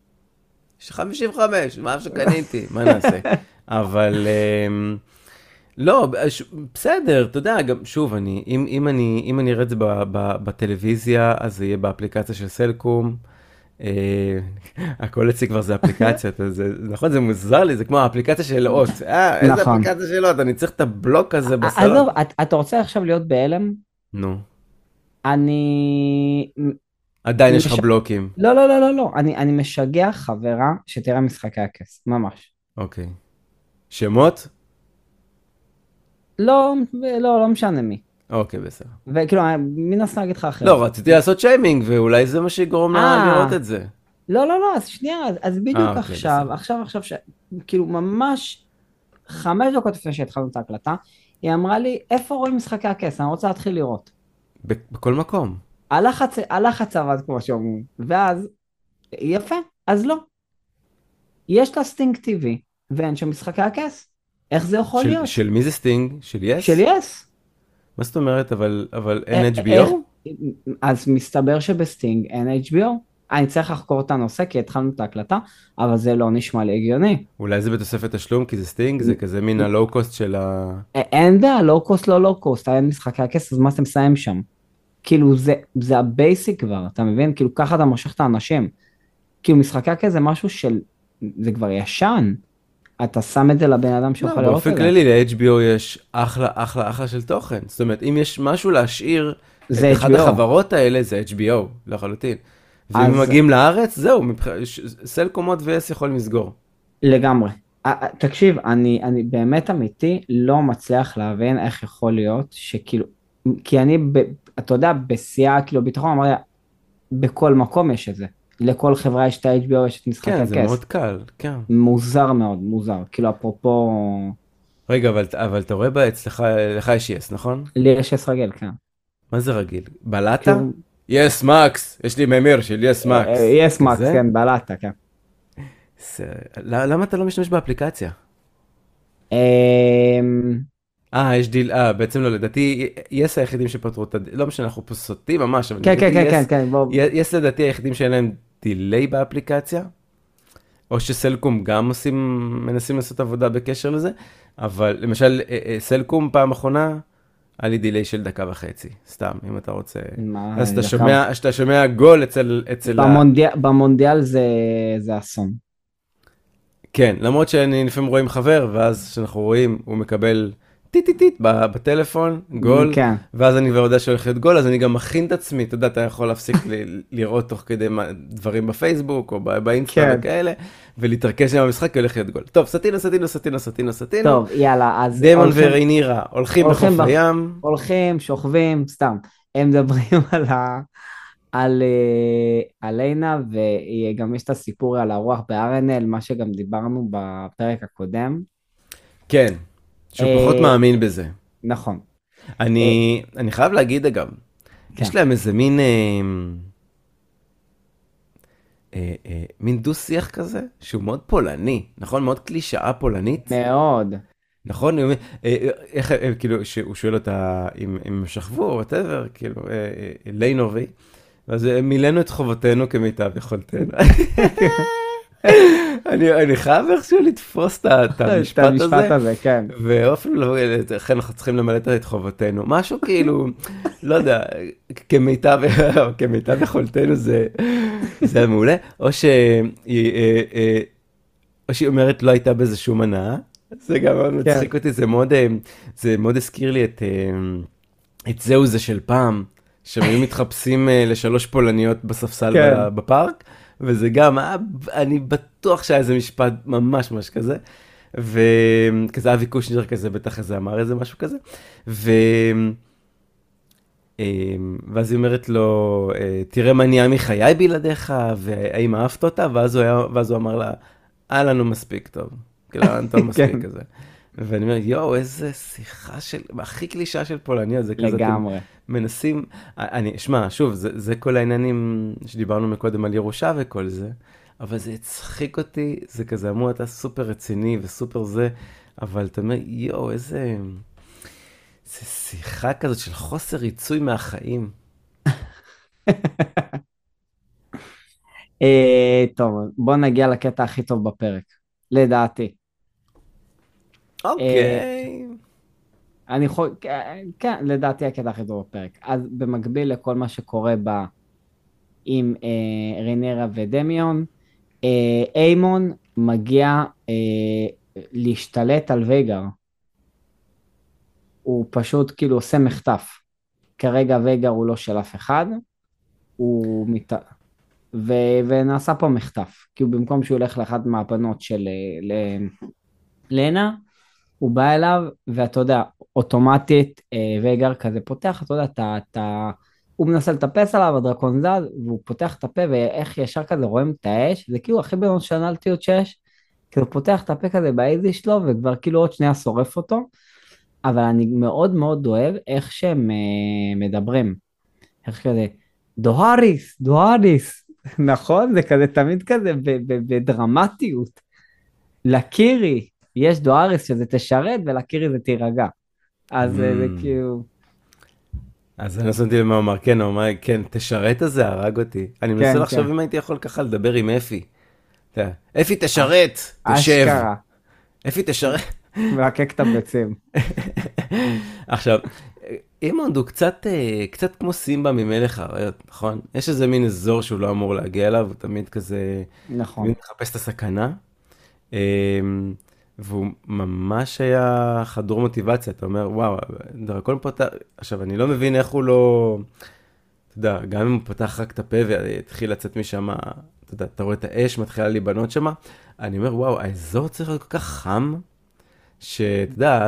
55, מה שקניתי, מה נעשה? אבל לא, בסדר, אתה יודע, גם שוב, אם אני אראה את זה בטלוויזיה, אז זה יהיה באפליקציה של סלקום. הכל אצלי כבר זה אפליקציה, נכון, זה מוזר לי, זה כמו האפליקציה של אות. איזה אפליקציה של אות, אני צריך את הבלוק הזה בסלון. עזוב, אתה רוצה עכשיו להיות בהלם? נו. אני... עדיין יש לך בלוקים. לא, אני משגע חברה שתראה משחקי הכס, ממש. אוקיי. שמות? לא משנה מי. אוקיי, בסדר. וכאילו, מי נסה להגיד לך אחרת? לא, רציתי לעשות שיימינג, ואולי זה מה שיגרום לה לראות את זה. לא, אז שנייה, אז בדיוק עכשיו, כאילו ממש 5 דקות לפני שהתחלנו את ההקלטה, היא אמרה לי, איפה רואים משחקי הכס? אני רוצה להתחיל לראות. בכל מקום. הלחץ עבד כמו שאומרים, ואז, יפה, אז לא. יש לה סטינג טיווי, ואין שם משחקי הכס. איך זה יכול להיות? של מי זה סטינג? של יס? של יס. מה זאת אומרת, אבל אין HBO? אז מסתבר שבסטינג אין HBO. אני צריך לחקור את הנושא, כי התחלנו את ההקלטה, אבל זה לא נשמע לי הגיוני. אולי זה בתוספת תשלום, כי זה סטינג, זה כזה מין הלואו-קוסט של ה... אין בעיה, לואו-קוסט לא לואו-קוסט, אין משחקי הכס, אז מה אתם מסיים שם? כאילו זה הבייסיק כבר, אתה מבין? כאילו ככה אתה מושך את האנשים. כאילו משחקי הכס זה משהו של, זה כבר ישן. אתה שם את זה לבן אדם שיוכל לא, לראות באופן את זה. כללי ל-HBO יש אחלה, אחלה, אחלה של תוכן. זאת אומרת, אם יש משהו להשאיר זה את אחד HBO. החברות האלה, זה HBO, לחלוטין. ואם הם אז מגיעים לארץ, זהו, סלקומות ו-S יכולים לסגור. לגמרי. תקשיב, אני באמת אמיתי לא מצליח להבין איך יכול להיות שכאילו, כי אתה יודע, בשיאה, כאילו, ביטחון, אמר לי, בכל מקום יש את זה. לכל חברה יש את ה-HBO, יש את משחקי כן, זה הכס. מאוד קל, כן. מוזר מאוד, מוזר. כאילו, אפרופו, רגע, אבל אתה רואה אצלך, לך יש יס, נכון? לי יש יס רגיל, כן. מה זה רגיל? בלטה? כאילו, יס מקס, יש לי ממיר של יס מקס. יס מקס, כזה? כן, בלטה, כן. למה אתה לא משתמש באפליקציה? אמ, יש דיל, בעצם לא, לדעתי, יס היחידים שפתרו את הדיל, לא משנה, אנחנו פה סוטים ממש, אבל כן, כן, לדעתי כן, כן, כן, בוא. יס לדעתי היחידים שאין להם דיליי באפליקציה, או שסלקום גם מנסים לעשות עבודה בקשר לזה, אבל למשל, סלקום פעם אחרונה, היה לי דיליי של 1.5 דקות, סתם, אם אתה רוצה. מה, אז דקה. אתה שומע גול אצל במונדיאל זה אסון. כן, למרות שאני לפעמים רואים חבר, ואז כשאנחנו רואים, הוא מקבל טיט בטלפון, גול, כן, ואז אני כבר יודע שהולך להיות גול, אז אני גם מכין את עצמי, אתה יודע, אתה יכול להפסיק לראות תוך כדי דברים בפייסבוק, או באינסטה כן. וכאלה, ולהתרכז עם המשחק, כי הולך להיות גול. טוב, סטינו. טוב, יאללה, אז דיימון ורינירה הולכים לחוף הים. הולכים, שוכבים, סתם. הם מדברים על ליינה, וגם יש את הסיפור על הרוח ב-RNL, מה שגם דיברנו בפרק הקודם. כן, שהוא פחות מאמין בזה. נכון. אני חייב להגיד אגב, כן. יש להם איזה מין דו-שיח כזה, שהוא מאוד פולני, נכון? מאוד קלישאה פולנית. מאוד. נכון? איך, כאילו, הוא שואל אותה אם הם שכבו, או whatever, כאילו, ליינובי, ואז מילאנו את חובתנו כמיטב יכולתנו. אני חייב איכשהו לתפוס את המשפט הזה, כן. ואופן לא, לכן אנחנו צריכים למלא את חובתנו. משהו כאילו, לא יודע, כמיטב יכולתנו זה מעולה, או שהיא אומרת לא הייתה בזה שום הנאה, זה גם מאוד מצחיק אותי, זה מאוד הזכיר לי את זהו זה של פעם, שהם היו מתחפשים לשלוש פולניות בספסל בפארק, וזה גם, אני בטוח שהיה איזה משפט ממש ממש כזה, וכזה אבי קושניר כזה, בטח איזה אמר איזה משהו כזה, ואז היא אומרת לו, תראה מה נהיה מחיי בלעדיך, והאם אהבת אותה, ואז הוא אמר לה, היה לנו מספיק טוב, כאילו, אין טוב מספיק כזה. ואני אומר, יואו, איזה שיחה של, הכי קלישה של פולניה, זה כזה, לגמרי. מנסים, שמע, שוב, זה כל העניינים שדיברנו מקודם על ירושה וכל זה, אבל זה הצחיק אותי, זה כזה אמור, אתה סופר רציני וסופר זה, אבל אתה אומר, יואו, איזה שיחה כזאת של חוסר ריצוי מהחיים. טוב, בוא נגיע לקטע הכי טוב בפרק, לדעתי. אוקיי. כן, לדעתי הקטע הכי טוב בפרק. אז במקביל לכל מה שקורה בה עם ריינרה ודמיון, איימון מגיע להשתלט על וייגר. הוא פשוט כאילו עושה מחטף. כרגע וייגר הוא לא של אף אחד, ונעשה פה מחטף. כי במקום שהוא הולך לאחת מהבנות של לנה, הוא בא אליו, ואתה יודע, אוטומטית וייגר כזה פותח, אתה יודע, הוא מנסה לטפס עליו, הדרקון זז, והוא פותח את הפה, ואיך ישר כזה רואים את האש, זה כאילו הכי בנונשלנטיות שיש, כאילו פותח את הפה כזה באיזי שלו, וכבר כאילו עוד שנייה שורף אותו, אבל אני מאוד מאוד אוהב איך שהם מדברים, איך כזה, דוהריס, דוהריס, נכון? זה כזה תמיד כזה בדרמטיות, לקירי, יש דואריס שזה תשרת, ולקירי זה תירגע. אז זה כאילו... אז אני שמתי למה הוא אמר, כן, הוא אמר, כן, תשרת הזה, הרג אותי. אני מנסה לחשוב אם הייתי יכול ככה לדבר עם אפי. אפי תשרת, תשב. אשכרה. אפי תשרת. מרקק את הביצים. עכשיו, אימונד הוא קצת כמו סימבה ממלך האריות, נכון? יש איזה מין אזור שהוא לא אמור להגיע אליו, הוא תמיד כזה... נכון. מחפש את הסכנה. והוא ממש היה חדור מוטיבציה, אתה אומר, וואו, דרקון פותח, עכשיו, אני לא מבין איך הוא לא, אתה יודע, גם אם הוא פתח רק את הפה והתחיל לצאת משם, אתה יודע, אתה רואה את האש מתחילה להיבנות שם, אני אומר, וואו, האזור צריך להיות כל כך חם, שאתה יודע,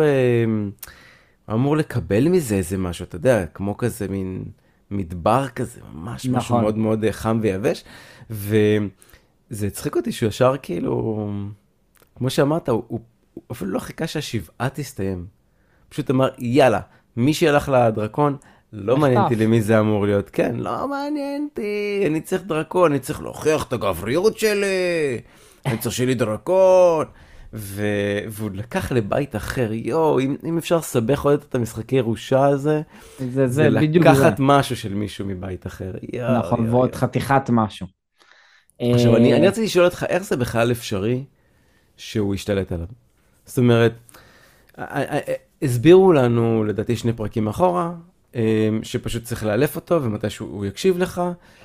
אמור לקבל מזה איזה משהו, אתה יודע, כמו כזה מין מדבר כזה, ממש נכון. משהו מאוד מאוד חם ויבש, וזה הצחיק אותי שהוא ישר כאילו, כמו שאמרת, הוא אפילו לא חיכה שהשבעה תסתיים. פשוט אמר, יאללה, מי שהלך לדרקון, לא מעניין אותי למי זה אמור להיות. כן, לא מעניין אותי, אני צריך דרקון, אני צריך להוכיח את הגבריות שלי, אני צריך שיהיה לי דרקון. והוא לקח לבית אחר, אם אפשר לסבך עוד את המשחקי ירושה הזה, זה לקחת משהו של מישהו מבית אחר. נכון, ועוד חתיכת משהו. עכשיו, אני רציתי לשאול אותך, איך זה בכלל אפשרי שהוא ישתלט עליו? זאת אומרת, הסבירו לנו, לדעתי, 2 פרקים אחורה, שפשוט צריך לאלף אותו, ומתי שהוא יקשיב לך,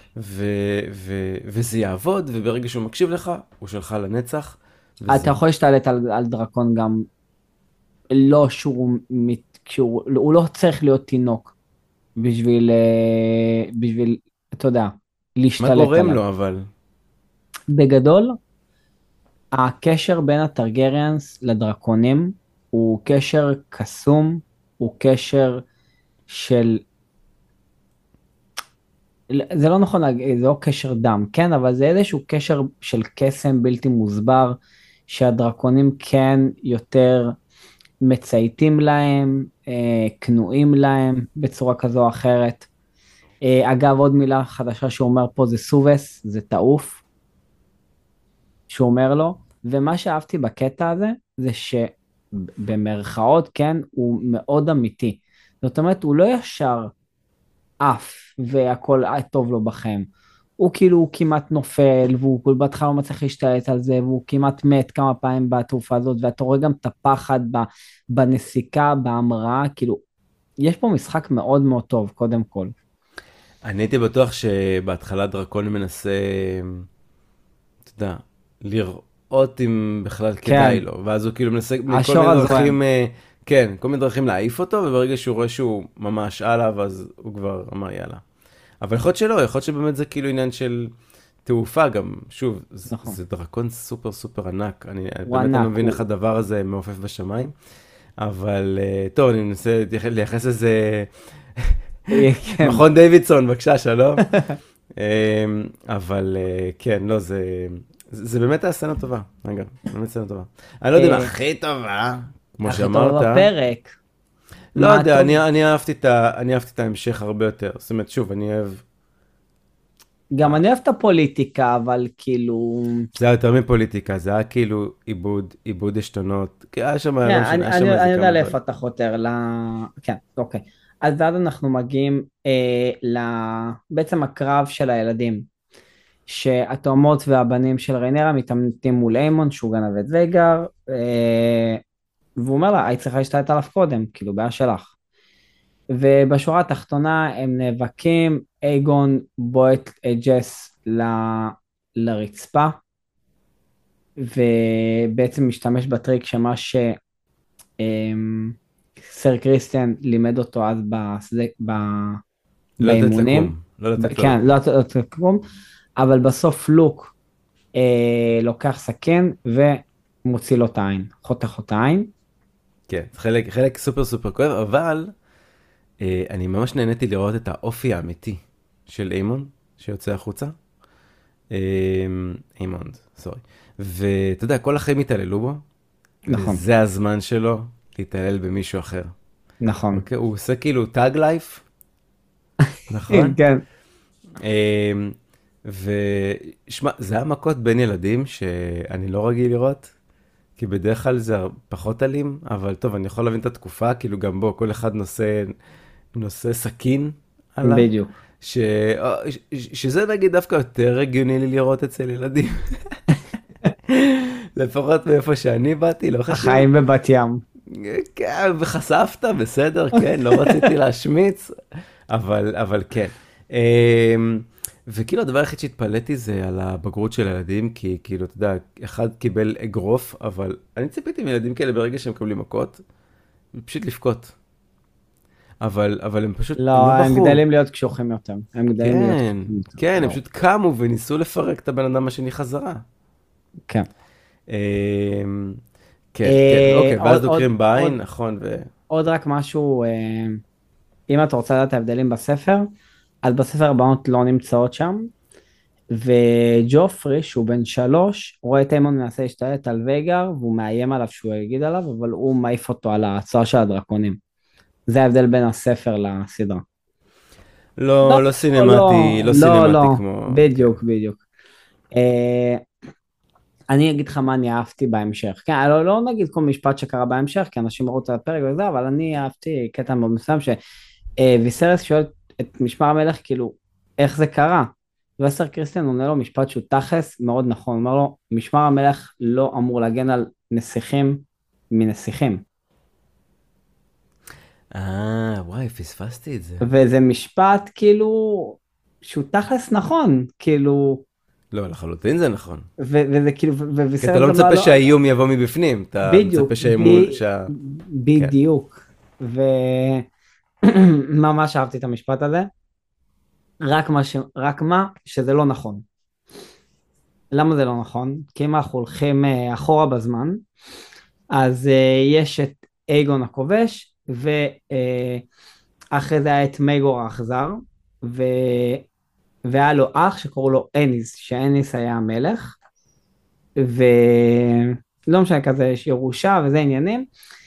וזה יעבוד, וברגע שהוא מקשיב לך, הוא שלך לנצח. אתה יכול להשתלט על דרקון גם, לא הוא לא צריך להיות תינוק, בשביל, אתה יודע, להשתלט עליו. מה גורם לו, אבל? בגדול, הקשר בין הטרגריאנס לדרקונים, הוא קשר קסום, הוא קשר של, זה לא נכון להגיד, זה לא קשר דם, כן, אבל זה איזשהו קשר של קסם בלתי מוסבר, שהדרקונים כן יותר מצייתים להם, כנועים להם בצורה כזו או אחרת. אגב, עוד מילה חדשה שהוא אומר פה זה סובס, זה תעוף, שהוא אומר לו, ומה שאהבתי בקטע הזה, זה שבמרכאות, כן, הוא מאוד אמיתי. זאת אומרת, הוא לא ישר אף, והכל טוב לו בכם. הוא כאילו, הוא כמעט נופל, והוא בהתחלה לא מצליח להשתלט על זה, והוא כמעט מת כמה פעמים בתעופה הזאת, ואתה רואה גם את הפחד בנסיקה, בהמראה, כאילו, יש פה משחק מאוד מאוד טוב, קודם כל. אני הייתי בטוח שבהתחלה דרקון מנסה, אתה יודע, לראות אם בכלל כדאי לו, ואז הוא כאילו מנסה מכל מיני דרכים, כן, כל מיני דרכים להעיף אותו, וברגע שהוא רואה שהוא ממש עליו, אז הוא כבר אמר יאללה. אבל יכול להיות שלא, יכול להיות שבאמת זה כאילו עניין של תעופה גם, שוב, זה דרקון סופר סופר ענק, אני באמת לא מבין איך הדבר הזה מעופף בשמיים, אבל טוב, אני מנסה לייחס לזה, מכון דיווידסון, בבקשה, שלום. אבל כן, לא, זה באמת הסצנה טובה, רגע, באמת סצנה טובה. אני לא יודע מה הכי טובה, כמו שאמרת. הכי טובה בפרק. לא יודע, אני אהבתי את ההמשך הרבה יותר. זאת אומרת, שוב, אני אוהב... גם אני אוהב את הפוליטיקה, אבל כאילו... זה היה יותר מפוליטיקה, זה היה כאילו עיבוד עשתונות. היה שם... אני יודע לאיפה אתה חותר, כן, אוקיי. אז עד אנחנו מגיעים בעצם הקרב של הילדים, שהתאומות והבנים של ריינרה מתעמתים מול איימון, שהוא גנב את וייגר, והוא אומר לה, היית צריכה להשתלט עליו קודם, כאילו בעיה שלך. ובשורה התחתונה הם נאבקים, אייגון בועט את ג'ס לרצפה, ובעצם משתמש בטריק שמה סר קריסטיאן לימד אותו אז באימונים. כן, לא לתת לקום, אבל בסוף לוק לוקח סכין ומוציא לו את העין, חותך לו את העין. כן, חלק סופר סופר כואב, אבל אני ממש נהניתי לראות את האופי האמיתי של איימון, שיוצא החוצה. איימון, סורי. ואתה יודע, כל החיים התעללו בו. נכון. וזה הזמן שלו להתעלל במישהו אחר. נכון. אוקיי? הוא עושה כאילו טאג לייף. נכון? כן. ושמע, זה היה מכות בין ילדים שאני לא רגיל לראות. כי בדרך כלל זה פחות אלים, אבל טוב, אני יכול להבין את התקופה, כאילו גם בו, כל אחד נושא סכין עליו. בדיוק. שזה נגיד דווקא יותר הגיוני לי לראות אצל ילדים. לפחות מאיפה שאני באתי, לא חשוב. החיים בבת ים. כן, וחשפת, בסדר, כן, לא רציתי להשמיץ, אבל כן. וכאילו הדבר היחיד שהתפלאתי זה על הבגרות של הילדים, כי כאילו, אתה יודע, אחד קיבל אגרוף, אבל אני ציפיתי מילדים כאלה ברגע שהם מקבלים מכות, פשוט לבכות. אבל הם פשוט, הם לא, לא הם בכו. גדלים להיות קשוחים יותר. הם גדלים להיות כן, קשוחים יותר. כן, הם לא. פשוט קמו וניסו לפרק את הבן אדם השני חזרה. כן. אמ, כן, כן, אוקיי, ואז דוקרים בעין, עוד נכון, עוד רק משהו, אם אתה רוצה לדעת ההבדלים בספר, אז בספר הבנות לא נמצאות שם, וג'ופרי, שהוא בן 3, רואה את איימון מנסה להשתלט על וייגר, והוא מאיים עליו שהוא יגיד עליו, אבל הוא מעיף אותו על הצואה של הדרקונים. זה ההבדל בין הספר לסדרה. לא, לא סינמטי, לא לא, סינמטי כמו, כן. בדיוק, בדיוק. אה, אני אגיד לך מה אני אהבתי בהמשך. כן, לא נגיד כל משפט שקרה בהמשך, כי אנשים ראו את הפרק וזה, אבל אני אהבתי קטע מאוד מסוים, שוויסרס שואל את משמר המלך, כאילו, איך זה קרה? וסר קריסטיאן עונה לו משפט שהוא תכלס מאוד נכון, הוא אומר לו, משמר המלך לא אמור להגן על נסיכים מנסיכים. וואי, פספסתי את זה. וזה משפט כאילו, שהוא תכלס נכון, כאילו, לא, לחלוטין זה נכון. וזה כאילו, כי אתה וויסרס לא גם מצפה שהאיום יבוא מבפנים, אתה בדיוק, מצפה שהאימון, כן. בדיוק, וממש אהבתי את המשפט הזה, רק מה שזה לא נכון. למה זה לא נכון? כי אם אנחנו הולכים אחורה בזמן, אז יש את אייגון הכובש, ואחרי זה היה את מייגור האכזר, והיה לו אח שקראו לו אניס, שאניס היה המלך, ולא משנה כזה, יש ירושה וזה עניינים,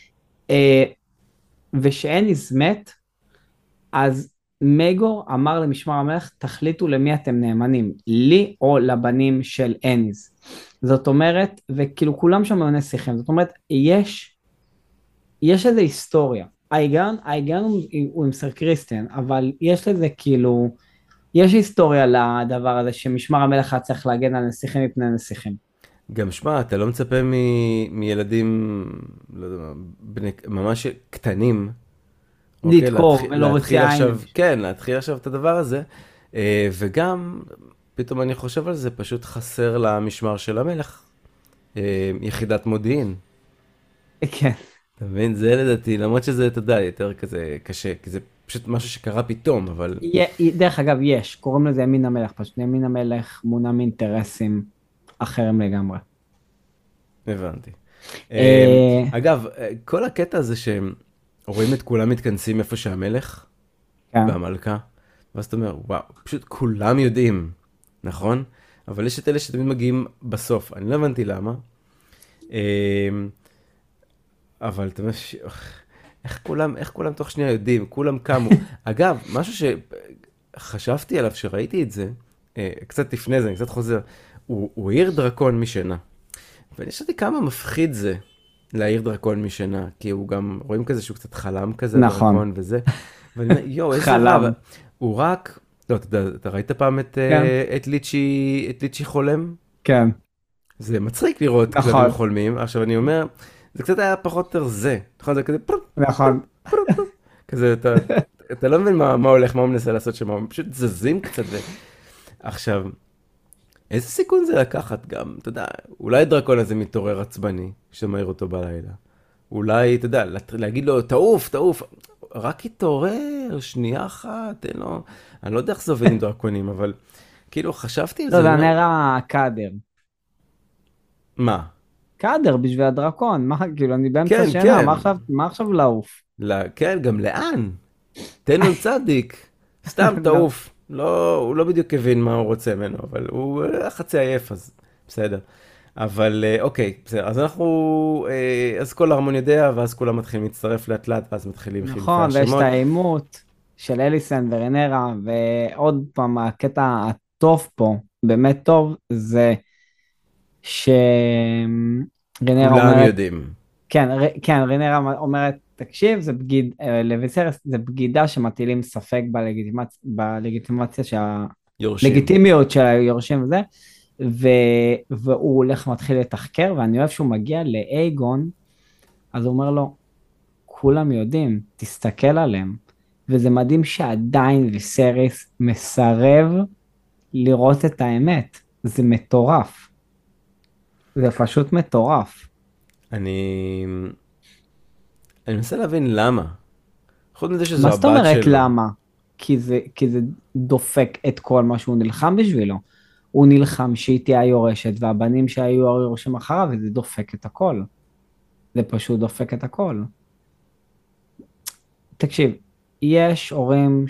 ושאניס מת, אז מייגור אמר למשמר המלך, תחליטו למי אתם נאמנים, לי או לבנים של אניס. זאת אומרת, וכאילו כולם שם היו נסיכים, זאת אומרת, יש איזו היסטוריה. ההיגיון הוא עם סר קריסטיאן, אבל יש לזה כאילו, יש היסטוריה לדבר הזה, שמשמר המלך היה צריך להגן על נסיכים מפני נסיכים. גם שמע, אתה לא מצפה מילדים, לא יודע מה, ממש קטנים, לדקור ולהוציא עין. כן, להתחיל עכשיו את הדבר הזה, וגם, פתאום אני חושב על זה, פשוט חסר למשמר של המלך, יחידת מודיעין. כן. אתה מבין? זה לדעתי, למרות שזה, אתה יודע, יותר כזה קשה, כי זה פשוט משהו שקרה פתאום, אבל... דרך אגב, קוראים לזה ימין המלך, פשוט ימין המלך מונע מאינטרסים אחרים לגמרי. הבנתי. אגב, כל הקטע הזה שהם רואים את כולם מתכנסים איפה שהמלך והמלכה, ואז אתה אומר, וואו, פשוט כולם יודעים, נכון? אבל יש את אלה שתמיד מגיעים בסוף, אני לא הבנתי למה. אבל אתה אומר, איך כולם תוך שנייה יודעים, כולם קמו. אגב, משהו שחשבתי עליו, שראיתי את זה, קצת לפני זה, אני קצת חוזר, הוא העיר דרקון משינה. ואני חשבתי כמה מפחיד זה להעיר דרקון משינה, כי הוא גם, רואים כזה שהוא קצת חלם כזה, נכון. דרקון וזה. ואני אומר, יואו, איזה רב. הוא רק, לא, אתה ראית פעם את ליצ'י חולם? כן. זה מצחיק לראות כלבים חולמים. עכשיו אני אומר, זה קצת היה פחות יותר זה. נכון, זה כזה נכון. כזה, אתה לא מבין מה הולך, מה הוא מנסה לעשות שם, הם פשוט זזים קצת. עכשיו, איזה סיכון זה לקחת גם, אתה יודע, אולי דרקון הזה מתעורר עצבני, כשמעיר אותו בלילה. אולי, אתה יודע, להגיד לו, תעוף, רק יתעורר, שנייה אחת, תן לו, אני לא יודע איך זה עובד עם דרקונים, אבל כאילו חשבתי על זה. לא, זה נראה קאדר. מה? קאדר בשביל הדרקון, מה, כאילו, אני באמצע שינה, מה עכשיו לעוף? כן, גם לאן? תן לו צדיק, סתם תעוף. לא, הוא לא בדיוק הבין מה הוא רוצה ממנו, אבל הוא חצי עייף, אז בסדר. אבל אוקיי, בסדר, אז אז כל ההרמון יודע, ואז כולם מתחילים להצטרף לאט לאט, ואז מתחילים חילופי השמות. נכון, ויש את העימות של אליסן ורנרה, ועוד פעם, הקטע הטוב פה, באמת טוב, זה שרנרה אומרת... כולם יודעים. כן, רנרה אומרת, תקשיב, לויסרס זה בגידה שמטילים ספק בלגיטימציה לגיטימיות של היורשים וזה, והוא הולך ומתחיל לתחקר, ואני אוהב שהוא מגיע לאייגון, אז הוא אומר לו, כולם יודעים, תסתכל עליהם, וזה מדהים שעדיין ויסרס מסרב לראות את האמת. זה מטורף. זה פשוט מטורף. אני... אני מנסה להבין למה. חוץ מזה מה שזו זאת הבת אומרת שלו. למה? כי זה דופק את כל מה שהוא נלחם בשבילו. הוא נלחם שהיא תהיה היורשת, והבנים שהיו היורשים אחריו, וזה דופק את הכל. זה פשוט דופק את הכל. תקשיב, יש הורים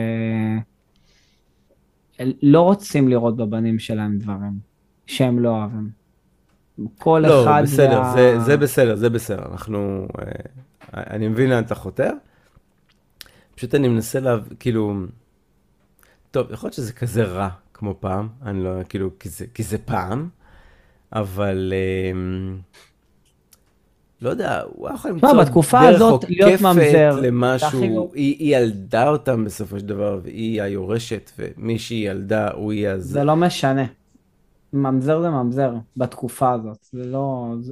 שלא רוצים לראות בבנים שלהם דברים שהם לא אוהבים. כל לא, אחד בסדר, זה בסדר, זה בסדר. אנחנו... אני מבין לאן אתה חותר. פשוט אני מנסה כאילו... טוב, יכול להיות שזה כזה רע כמו פעם. אני לא... כאילו, כי זה פעם. אבל... לא יודע, הוא היה יכול תשמע, למצוא בתקופה דרך הזאת להיות עוקפת ממזר, זה הכי למשהו. גרוע. היא ילדה אותם בסופו של דבר, והיא היורשת, ומי שהיא ילדה, הוא יהיה אז... זה לא משנה. ממזר זה ממזר, בתקופה הזאת. זה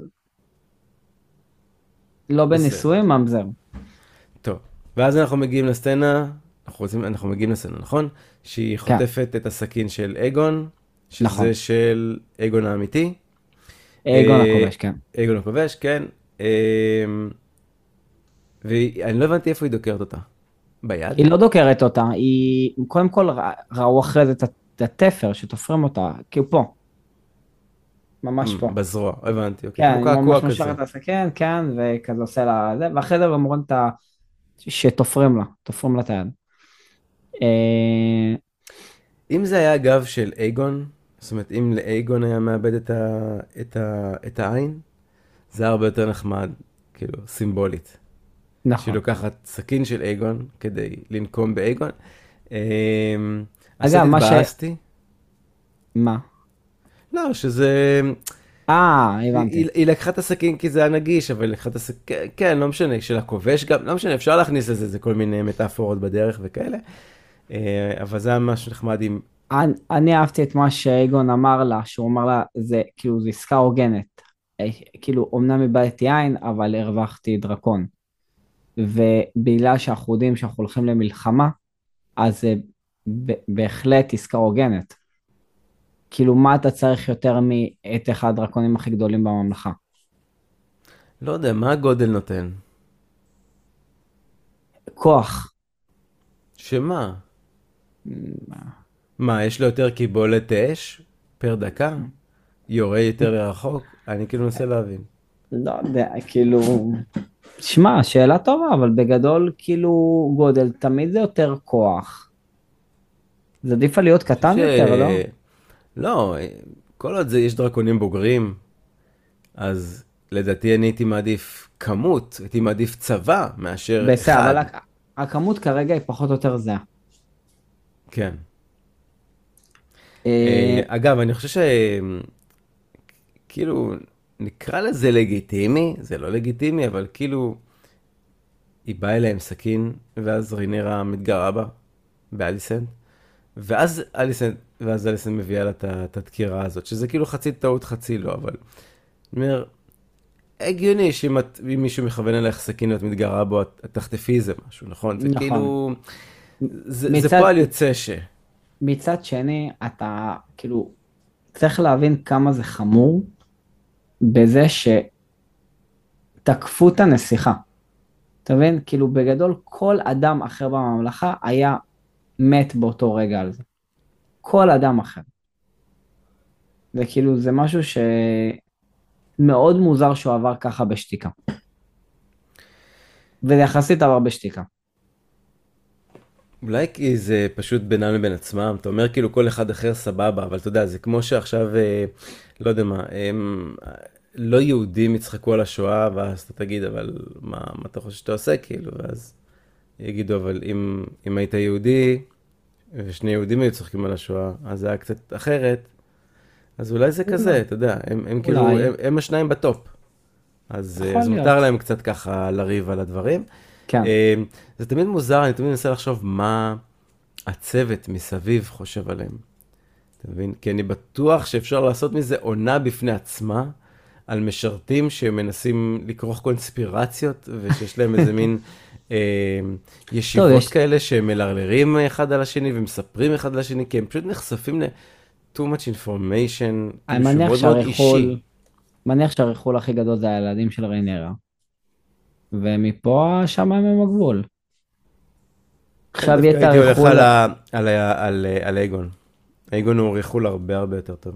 לא בסדר. בנישואים, ממזר. טוב, ואז אנחנו מגיעים לסצנה, אנחנו מגיעים לסצנה, נכון? שהיא כן, חוטפת את הסכין של אגון, נכון. שזה של אגון האמיתי. אגון הכובש, כן. אגון הכובש, כן. ואני לא הבנתי איפה היא דוקרת אותה. ביד? היא לא דוקרת אותה, היא... קודם כל ראו אחרי זה את התפר שתופרים אותה, כאילו פה, ממש פה. בזרוע, הבנתי, אוקיי. כן, כמו היא קעקוע ממש כזה. מושכת את הסכין, כן, וכזה עושה לה זה, ואחרי זה גם רואים את ה... שתופרים לה, תופרים לה את היד. אה, אם זה היה הגב של אייגון, זאת אומרת, אם לאייגון היה מאבד את העין, זה היה הרבה יותר נחמד, כאילו, סימבולית. שהיא נכון. לוקחת סכין של אייגון כדי לנקום באייגון. אז אגב, מה ש... התבאסתי. מה? לא, שזה... הבנתי. היא לקחה את הסכין כי זה היה נגיש, אבל היא לקחה את הסכין, כן, לא משנה, של הכובש גם, לא משנה, אפשר להכניס לזה, זה כל מיני מטאפורות בדרך וכאלה. אבל זה היה משהו נחמד עם... אני אהבתי את מה שאיגון אמר לה, שהוא אמר לה, זה כאילו, זה עסקה הוגנת. כאילו, אמנם איבדתי עין, אבל הרווחתי דרקון. ובגלל שאנחנו יודעים שאנחנו הולכים למלחמה, אז זה בהחלט עסקה הוגנת. כאילו, מה אתה צריך יותר מאת אחד הדרקונים הכי גדולים בממלכה? לא יודע, מה הגודל נותן? כוח. שמה? מה, יש לו יותר קיבולת אש פר דקה? יורה יותר לרחוק? אני כאילו מנסה להבין. לא יודע, כאילו... שמע, שאלה טובה, אבל בגדול, כאילו, גודל, תמיד זה יותר כוח. זה עדיף על להיות אני חושב קטן יותר, לא? לא, כל עוד יש דרקונים בוגרים, אז לדעתי אני הייתי מעדיף כמות, הייתי מעדיף צבא מאשר בסדר, אחד. אבל הכמות כרגע היא פחות או יותר זהה. כן. אה, אגב, אני חושב כאילו, נקרא לזה לגיטימי, זה לא לגיטימי, אבל כאילו, היא באה אליה עם סכין, ואז רינירה מתגרה בה, באליסנט, ואז אליסנט מביאה לה את הדקירה הזאת, שזה כאילו חצי טעות, חצי לא, אבל... אני אומר, הגיוני שאם מישהו מכוון אליך סכין ואת מתגרה בו, את תחטפי איזה משהו, נכון? זה נכון. כאילו... זה מצד, פועל יוצא מצד שני, אתה כאילו צריך להבין כמה זה חמור בזה שתקפו את הנסיכה. אתה מבין? כאילו בגדול כל אדם אחר בממלכה היה מת באותו רגע על זה. כל אדם אחר. וכאילו זה משהו שמאוד מוזר שהוא עבר ככה בשתיקה. וזה יחסית עבר בשתיקה. אולי כי זה פשוט בינם לבין עצמם, אתה אומר כאילו כל אחד אחר סבבה, אבל אתה יודע, זה כמו שעכשיו, לא יודע מה, לא יהודים יצחקו על השואה, ואז אתה תגיד, אבל מה אתה חושב שאתה עושה כאילו, ואז יגידו, אבל אם היית יהודי, ושני יהודים היו צוחקים על השואה, אז זה היה קצת אחרת, אז אולי זה כזה, אתה יודע, הם כאילו, אולי. הם השניים בטופ, אז יכול מותר להיות. להם קצת ככה לריב על הדברים. כן. זה תמיד מוזר, אני תמיד מנסה לחשוב מה הצוות מסביב חושב עליהם. אתה מבין? כי אני בטוח שאפשר לעשות מזה עונה בפני עצמה, על משרתים שמנסים לכרוך קונספירציות, ושיש להם איזה מין ישיבות כאלה שמלרלרים אחד על השני, ומספרים אחד על השני, כי הם פשוט נחשפים too much information, אני שהוא מאוד מאוד אישי. מניח שהריחול הכי גדול זה הילדים של ריינרה. ומפה השמיים הם הגבול. אני עכשיו דווקא יהיה את הייתי הולך הריחול... על אייגון. אייגון הוא ריחול הרבה הרבה יותר טוב.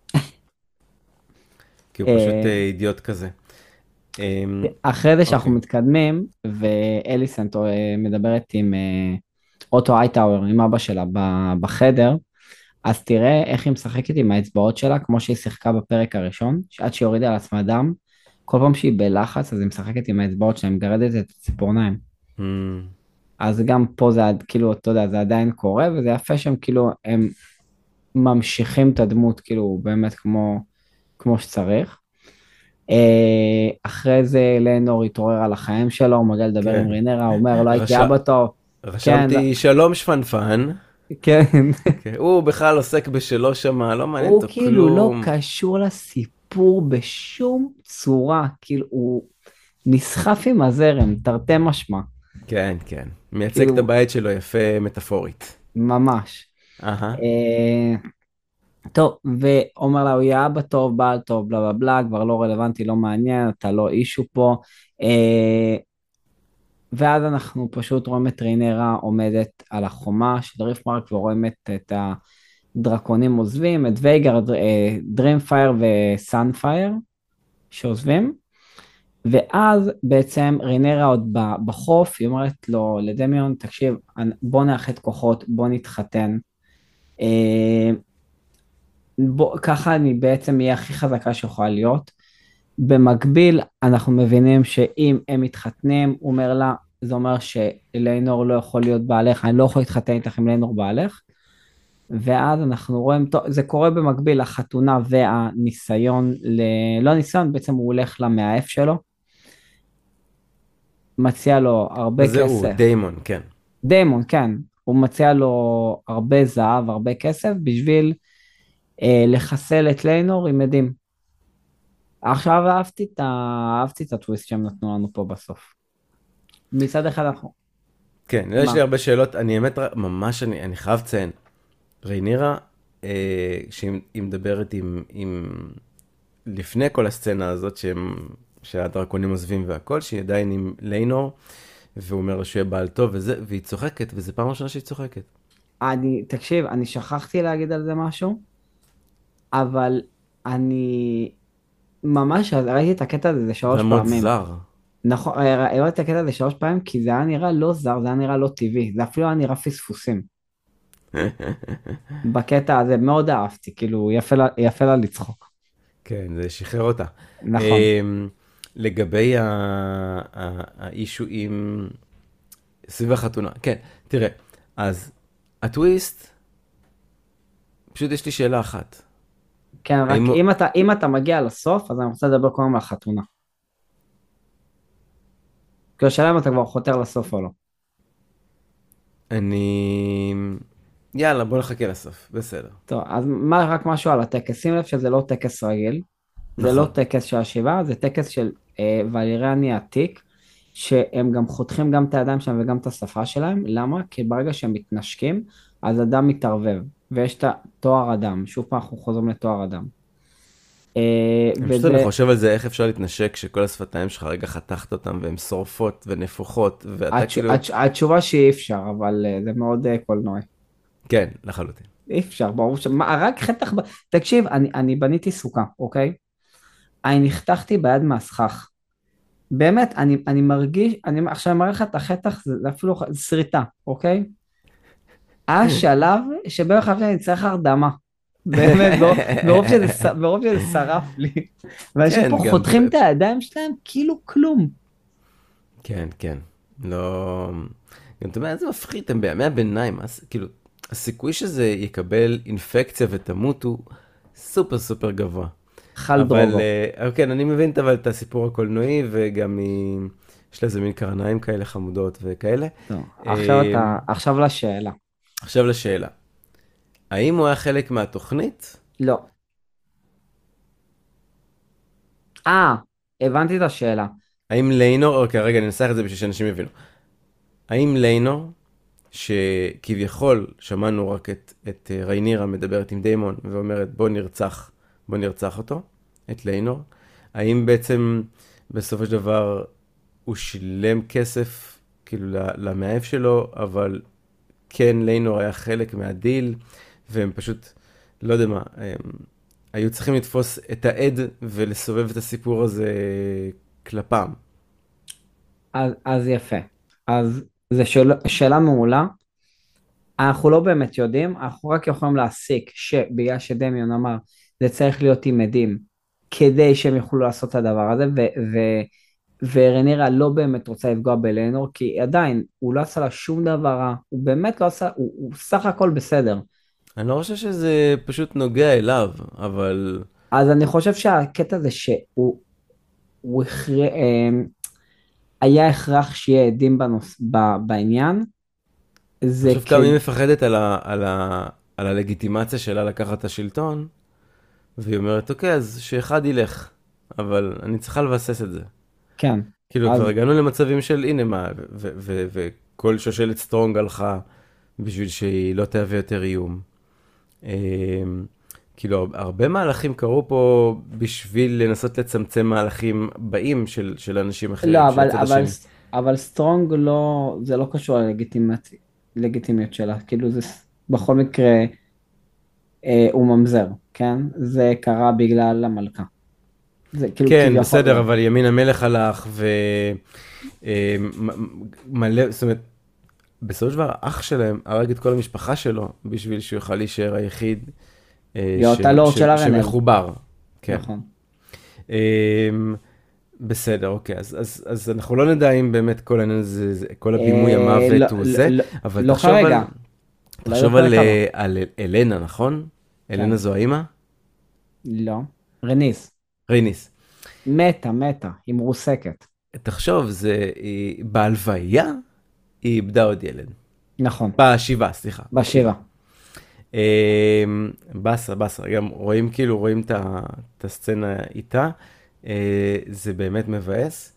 כי הוא פשוט אידיוט כזה. אחרי זה שאנחנו מתקדמים, ואליסנט מדברת עם אוטו הייטאוור, עם אבא שלה בחדר, אז תראה איך היא משחקת עם האצבעות שלה, כמו שהיא שיחקה בפרק הראשון, שעד שהיא הורידה על עצמה דם, כל פעם שהיא בלחץ, אז היא משחקת עם האצבעות שלה, היא מגרדת את הציפורניים. אז גם פה זה כאילו, אתה יודע, זה עדיין קורה, וזה יפה שהם כאילו, הם ממשיכים את הדמות, כאילו, באמת כמו שצריך. אחרי זה לנור התעורר על החיים שלו, הוא מגיע לדבר עם רינרה, הוא אומר, לא הייתי אבא טוב. רשמתי שלום שפנפן. כן. הוא בכלל עוסק בשלו שמה, לא מעניין אותו כלום. הוא כאילו לא קשור לסיפור בשום צורה, כאילו הוא נסחף עם הזרם, תרתי משמע. כן, כן. מייצג את הבית שלו יפה מטאפורית. ממש. טוב, ואומר לה, הוא יהיה אבא טוב, בעל טוב, בלה בלה בלה, כבר לא רלוונטי, לא מעניין, אתה לא אישו פה. ואז אנחנו פשוט רואים את ריינרה עומדת על החומה של ריפמרק, ורואים את הדרקונים עוזבים, את וייגר, דרימפייר וסאנפייר שעוזבים, ואז בעצם ריינרה עוד בחוף, היא אומרת לו לדמיון, תקשיב, בוא נאחד כוחות, בוא נתחתן, ככה אני בעצם אהיה הכי חזקה שיכולה להיות. במקביל אנחנו מבינים שאם הם מתחתנים, הוא אומר לה, זה אומר שליינור לא יכול להיות בעלך, אני לא יכול להתחתן איתך עם ליינור בעלך, ואז אנחנו רואים, טוב, זה קורה במקביל לחתונה והניסיון, לא ניסיון, בעצם הוא הולך למאהב שלו, מציע לו הרבה כסף. זהו, דיימון, כן. דיימון, כן, הוא מציע לו הרבה זהב, הרבה כסף, בשביל לחסל את ליינור עם עדים. עכשיו אהבתי את הטוויסט שהם נתנו לנו פה בסוף. מצד אחד אנחנו... כן, יש לי הרבה שאלות, אני האמת ממש, אני חייב לציין, ריינרה, שהיא מדברת עם לפני כל הסצנה הזאת, שהדרקונים עוזבים והכל, שהיא עדיין עם ליינור, והוא אומר לה שהוא יהיה בעל טוב וזה, והיא צוחקת, וזה פעם ראשונה שהיא צוחקת. תקשיב, אני שכחתי להגיד על זה משהו, אבל אני ממש ראיתי את הקטע הזה 3 פעמים. זה מאוד זר. נכון, ראיתי את הקטע הזה 3 פעמים, כי זה היה נראה לא זר, זה היה נראה לא טבעי, זה אפילו היה נראה פספוסים. בקטע הזה מאוד אהבתי, כאילו יפה לה לצחוק. כן, זה שחרר אותה. נכון. לגבי האישויים סביב החתונה, כן, תראה, אז הטוויסט, פשוט יש לי שאלה אחת. כן, רק אם אתה מגיע לסוף, אז אני רוצה לדבר קודם על החתונה. כי השאלה אם אתה כבר חותר לסוף או לא. יאללה, בוא נחכה לסוף, בסדר. טוב, אז רק משהו על הטקס, שים לב שזה לא טקס רגיל, זה לא טקס של השבעה, זה טקס של ולירני עתיק, שהם גם חותכים גם את הידיים שלהם וגם את השפה שלהם, למה? כי ברגע שהם מתנשקים, אז הדם מתערבב, ויש את תואר אדם, שוב פעם אנחנו חוזרים לתואר אדם. אני חושב על זה, איך אפשר להתנשק שכל השפתיים שלך רגע חתכת אותם, והן שורפות ונפוחות, ואתה כאילו... התשובה שאי אפשר, אבל זה מאוד קולנועי. כן, לחלוטין. אי אפשר, ברור רק חתך... תקשיב, אני בניתי סוכה, אוקיי? אני נחתכתי ביד מהסכך. באמת, אני מרגיש, עכשיו מראה לך את החתך, זה אפילו שריטה, אוקיי? היה שלב שבו חשבתי שאני צריך הרדמה. באמת, ברוב שזה שרף לי. ואנשים פה חותכים את הידיים שלהם כאילו כלום. כן, כן. לא... גם אתה יודע, זה מפחיד, הם בימי הביניים, כאילו, הסיכוי שזה יקבל אינפקציה ותמות הוא סופר סופר גבוה. חל דרובו. כן, אני מבין אבל את הסיפור הקולנועי, וגם יש לזה מין קרניים כאלה חמודות וכאלה. עכשיו לשאלה. עכשיו לשאלה. האם הוא היה חלק מהתוכנית? לא. הבנתי את השאלה. האם ליינור, אוקיי, רגע, אני אנסח את זה בשביל שאנשים יבינו. האם ליינור, שכביכול שמענו רק את ריינירה מדברת עם דיימון ואומרת בוא נרצח אותו, את ליינור, האם בעצם בסופו של דבר הוא שילם כסף כאילו למאהב שלו, אבל כן ליינור היה חלק מהדיל, והם פשוט, לא יודע מה, הם היו צריכים לתפוס את העד ולסובב את הסיפור הזה כלפם. אז יפה. אז זו שאלה מעולה. אנחנו לא באמת יודעים, אנחנו רק יכולים להסיק שבגלל שדמיון אמר, זה צריך להיות עם עדים, כדי שהם יוכלו לעשות את הדבר הזה, ורנירה לא באמת רוצה לפגוע בלנור, כי עדיין, הוא לא עשה לה שום דבר רע, הוא באמת לא עשה, הוא סך הכל בסדר. אני לא חושב שזה פשוט נוגע אליו, אבל אז אני חושב שהקטע זה הוא היה הכרח שיהיה עדים בעניין, זה אני חושב כמה היא מפחדת על הלגיטימציה שלה לקחת את השלטון, והיא אומרת, אוקיי, אז שאחד ילך, אבל אני צריכה לבסס את זה. כן. כאילו, אז כבר הגענו למצבים של, הנה מה, וכל שושלת סטרונג הלכה בשביל שהיא לא תהווה יותר איום. כאילו, הרבה מהלכים קרו פה בשביל לנסות לצמצם מהלכים באים של אנשים אחרים. לא, של הצד השני. אבל סטרונג לא, זה לא קשור ללגיטימיות שלה, כאילו זה בכל מקרה הוא ממזר, כן? זה קרה בגלל המלכה. זה כאילו כן, כביכול בסדר, לא. אבל ימין המלך הלך ומלא, זאת אומרת, בסופו של דבר, אח שלהם הרג את כל המשפחה שלו, בשביל שהוא יוכל להישאר היחיד להיות הלורד של הרנל. שמחובר. כן. נכון. בסדר, אוקיי, אז אנחנו לא נדע אם באמת כל העניין הזה, כל הבימוי המוות הוא זה, אבל לא כרגע. תחשוב על אלנה, נכון? אלנה זו האמא? לא. רניס. ריניס. מתה, היא מרוסקת. תחשוב, בהלוויה היא איבדה עוד ילד. נכון. בשבעה, סליחה. בשבעה. בסה, גם רואים את הסצנה איתה, זה באמת מבאס.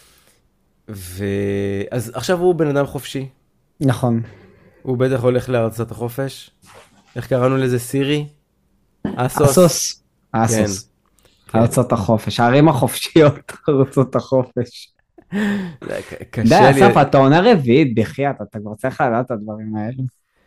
אז עכשיו הוא בן אדם חופשי. נכון. הוא בטח הולך לארצות החופש. איך קראנו לזה? סירי? אסוס. אסוס. ארצות החופש, הערים החופשיות, ארצות החופש. די, אסף, אתה עונה רביעית, בחייאת, אתה כבר צריך לדעת את הדברים האלו.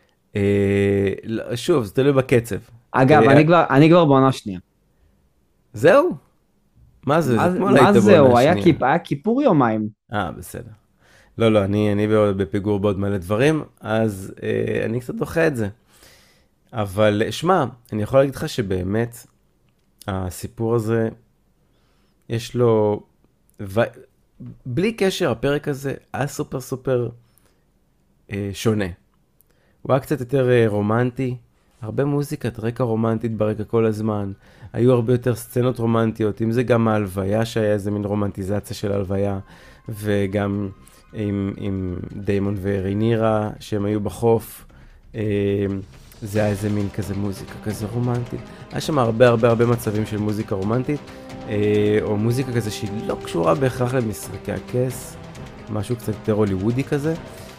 שוב, זה תלוי בקצב. אגב, אני כבר בעונה שנייה. זהו? מה זה? מה זהו? היה כיפור יומיים. בסדר. לא, אני בפיגור בעוד מלא דברים, אז אני קצת דוחה את זה. אבל שמע, אני יכול להגיד לך שבאמת, הסיפור הזה, יש לו, בלי קשר, הפרק הזה היה סופר שונה. הוא היה קצת יותר רומנטי, הרבה מוזיקת רקע רומנטית ברקע כל הזמן, היו הרבה יותר סצנות רומנטיות, אם זה גם ההלוויה שהיה איזה מין רומנטיזציה של ההלוויה, וגם עם דיימון ורינירה שהם היו בחוף, זה היה איזה מין כזה מוזיקה כזה רומנטית. היה שם הרבה מצבים של מוזיקה רומנטית, או מוזיקה כזה שהיא לא קשורה בהכרח למשחקי הכס, משהו קצת יותר הוליוודי כזה.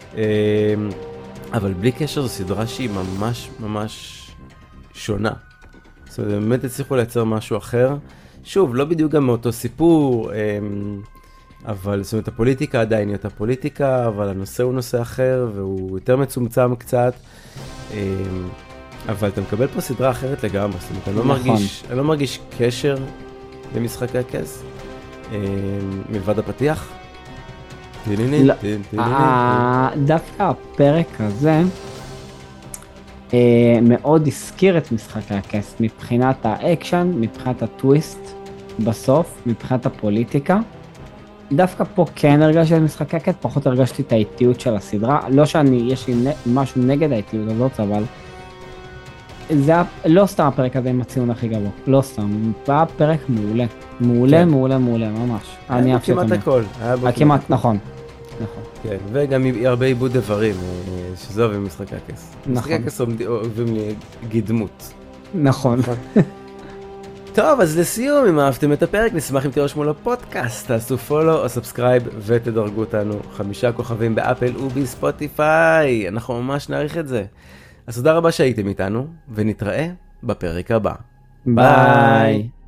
אבל בלי קשר זו סדרה שהיא ממש שונה. זאת אומרת, באמת הצליחו לייצר משהו אחר. שוב, לא בדיוק גם מאותו סיפור, אבל זאת אומרת, הפוליטיקה עדיין היא אותה פוליטיקה, אבל הנושא הוא נושא אחר, והוא יותר מצומצם קצת. אבל אתה מקבל פה סדרה אחרת לגמרי, זאת אומרת, אני לא מרגיש קשר למשחקי הכס, מלבד הפתיח. דווקא הפרק הזה מאוד הזכיר את משחקי הכס, מבחינת האקשן, מבחינת הטוויסט בסוף, מבחינת הפוליטיקה. דווקא פה כן הרגשתי את משחקי הכס, פחות הרגשתי את האיטיות של הסדרה. לא יש לי משהו נגד האיטיות הזאת, אבל זה לא סתם הפרק הזה עם הציון הכי גבוה, לא סתם, היה פרק מעולה, מעולה, ממש. היה בו כמעט הכל. כמעט, נכון. כן, וגם הרבה עיבוד איברים, שזה אוהבים משחקי הכס. משחקי הכס אוהבים לי גדמות. נכון. טוב, אז לסיום, אם אהבתם את הפרק, נשמח אם תירשמו לפודקאסט, תעשו פולו או סאבסקרייב ותדרגו אותנו 5 כוכבים באפל ובספוטיפיי, אנחנו ממש נעריך את זה. אז תודה רבה שהייתם איתנו, ונתראה בפרק הבא. ביי.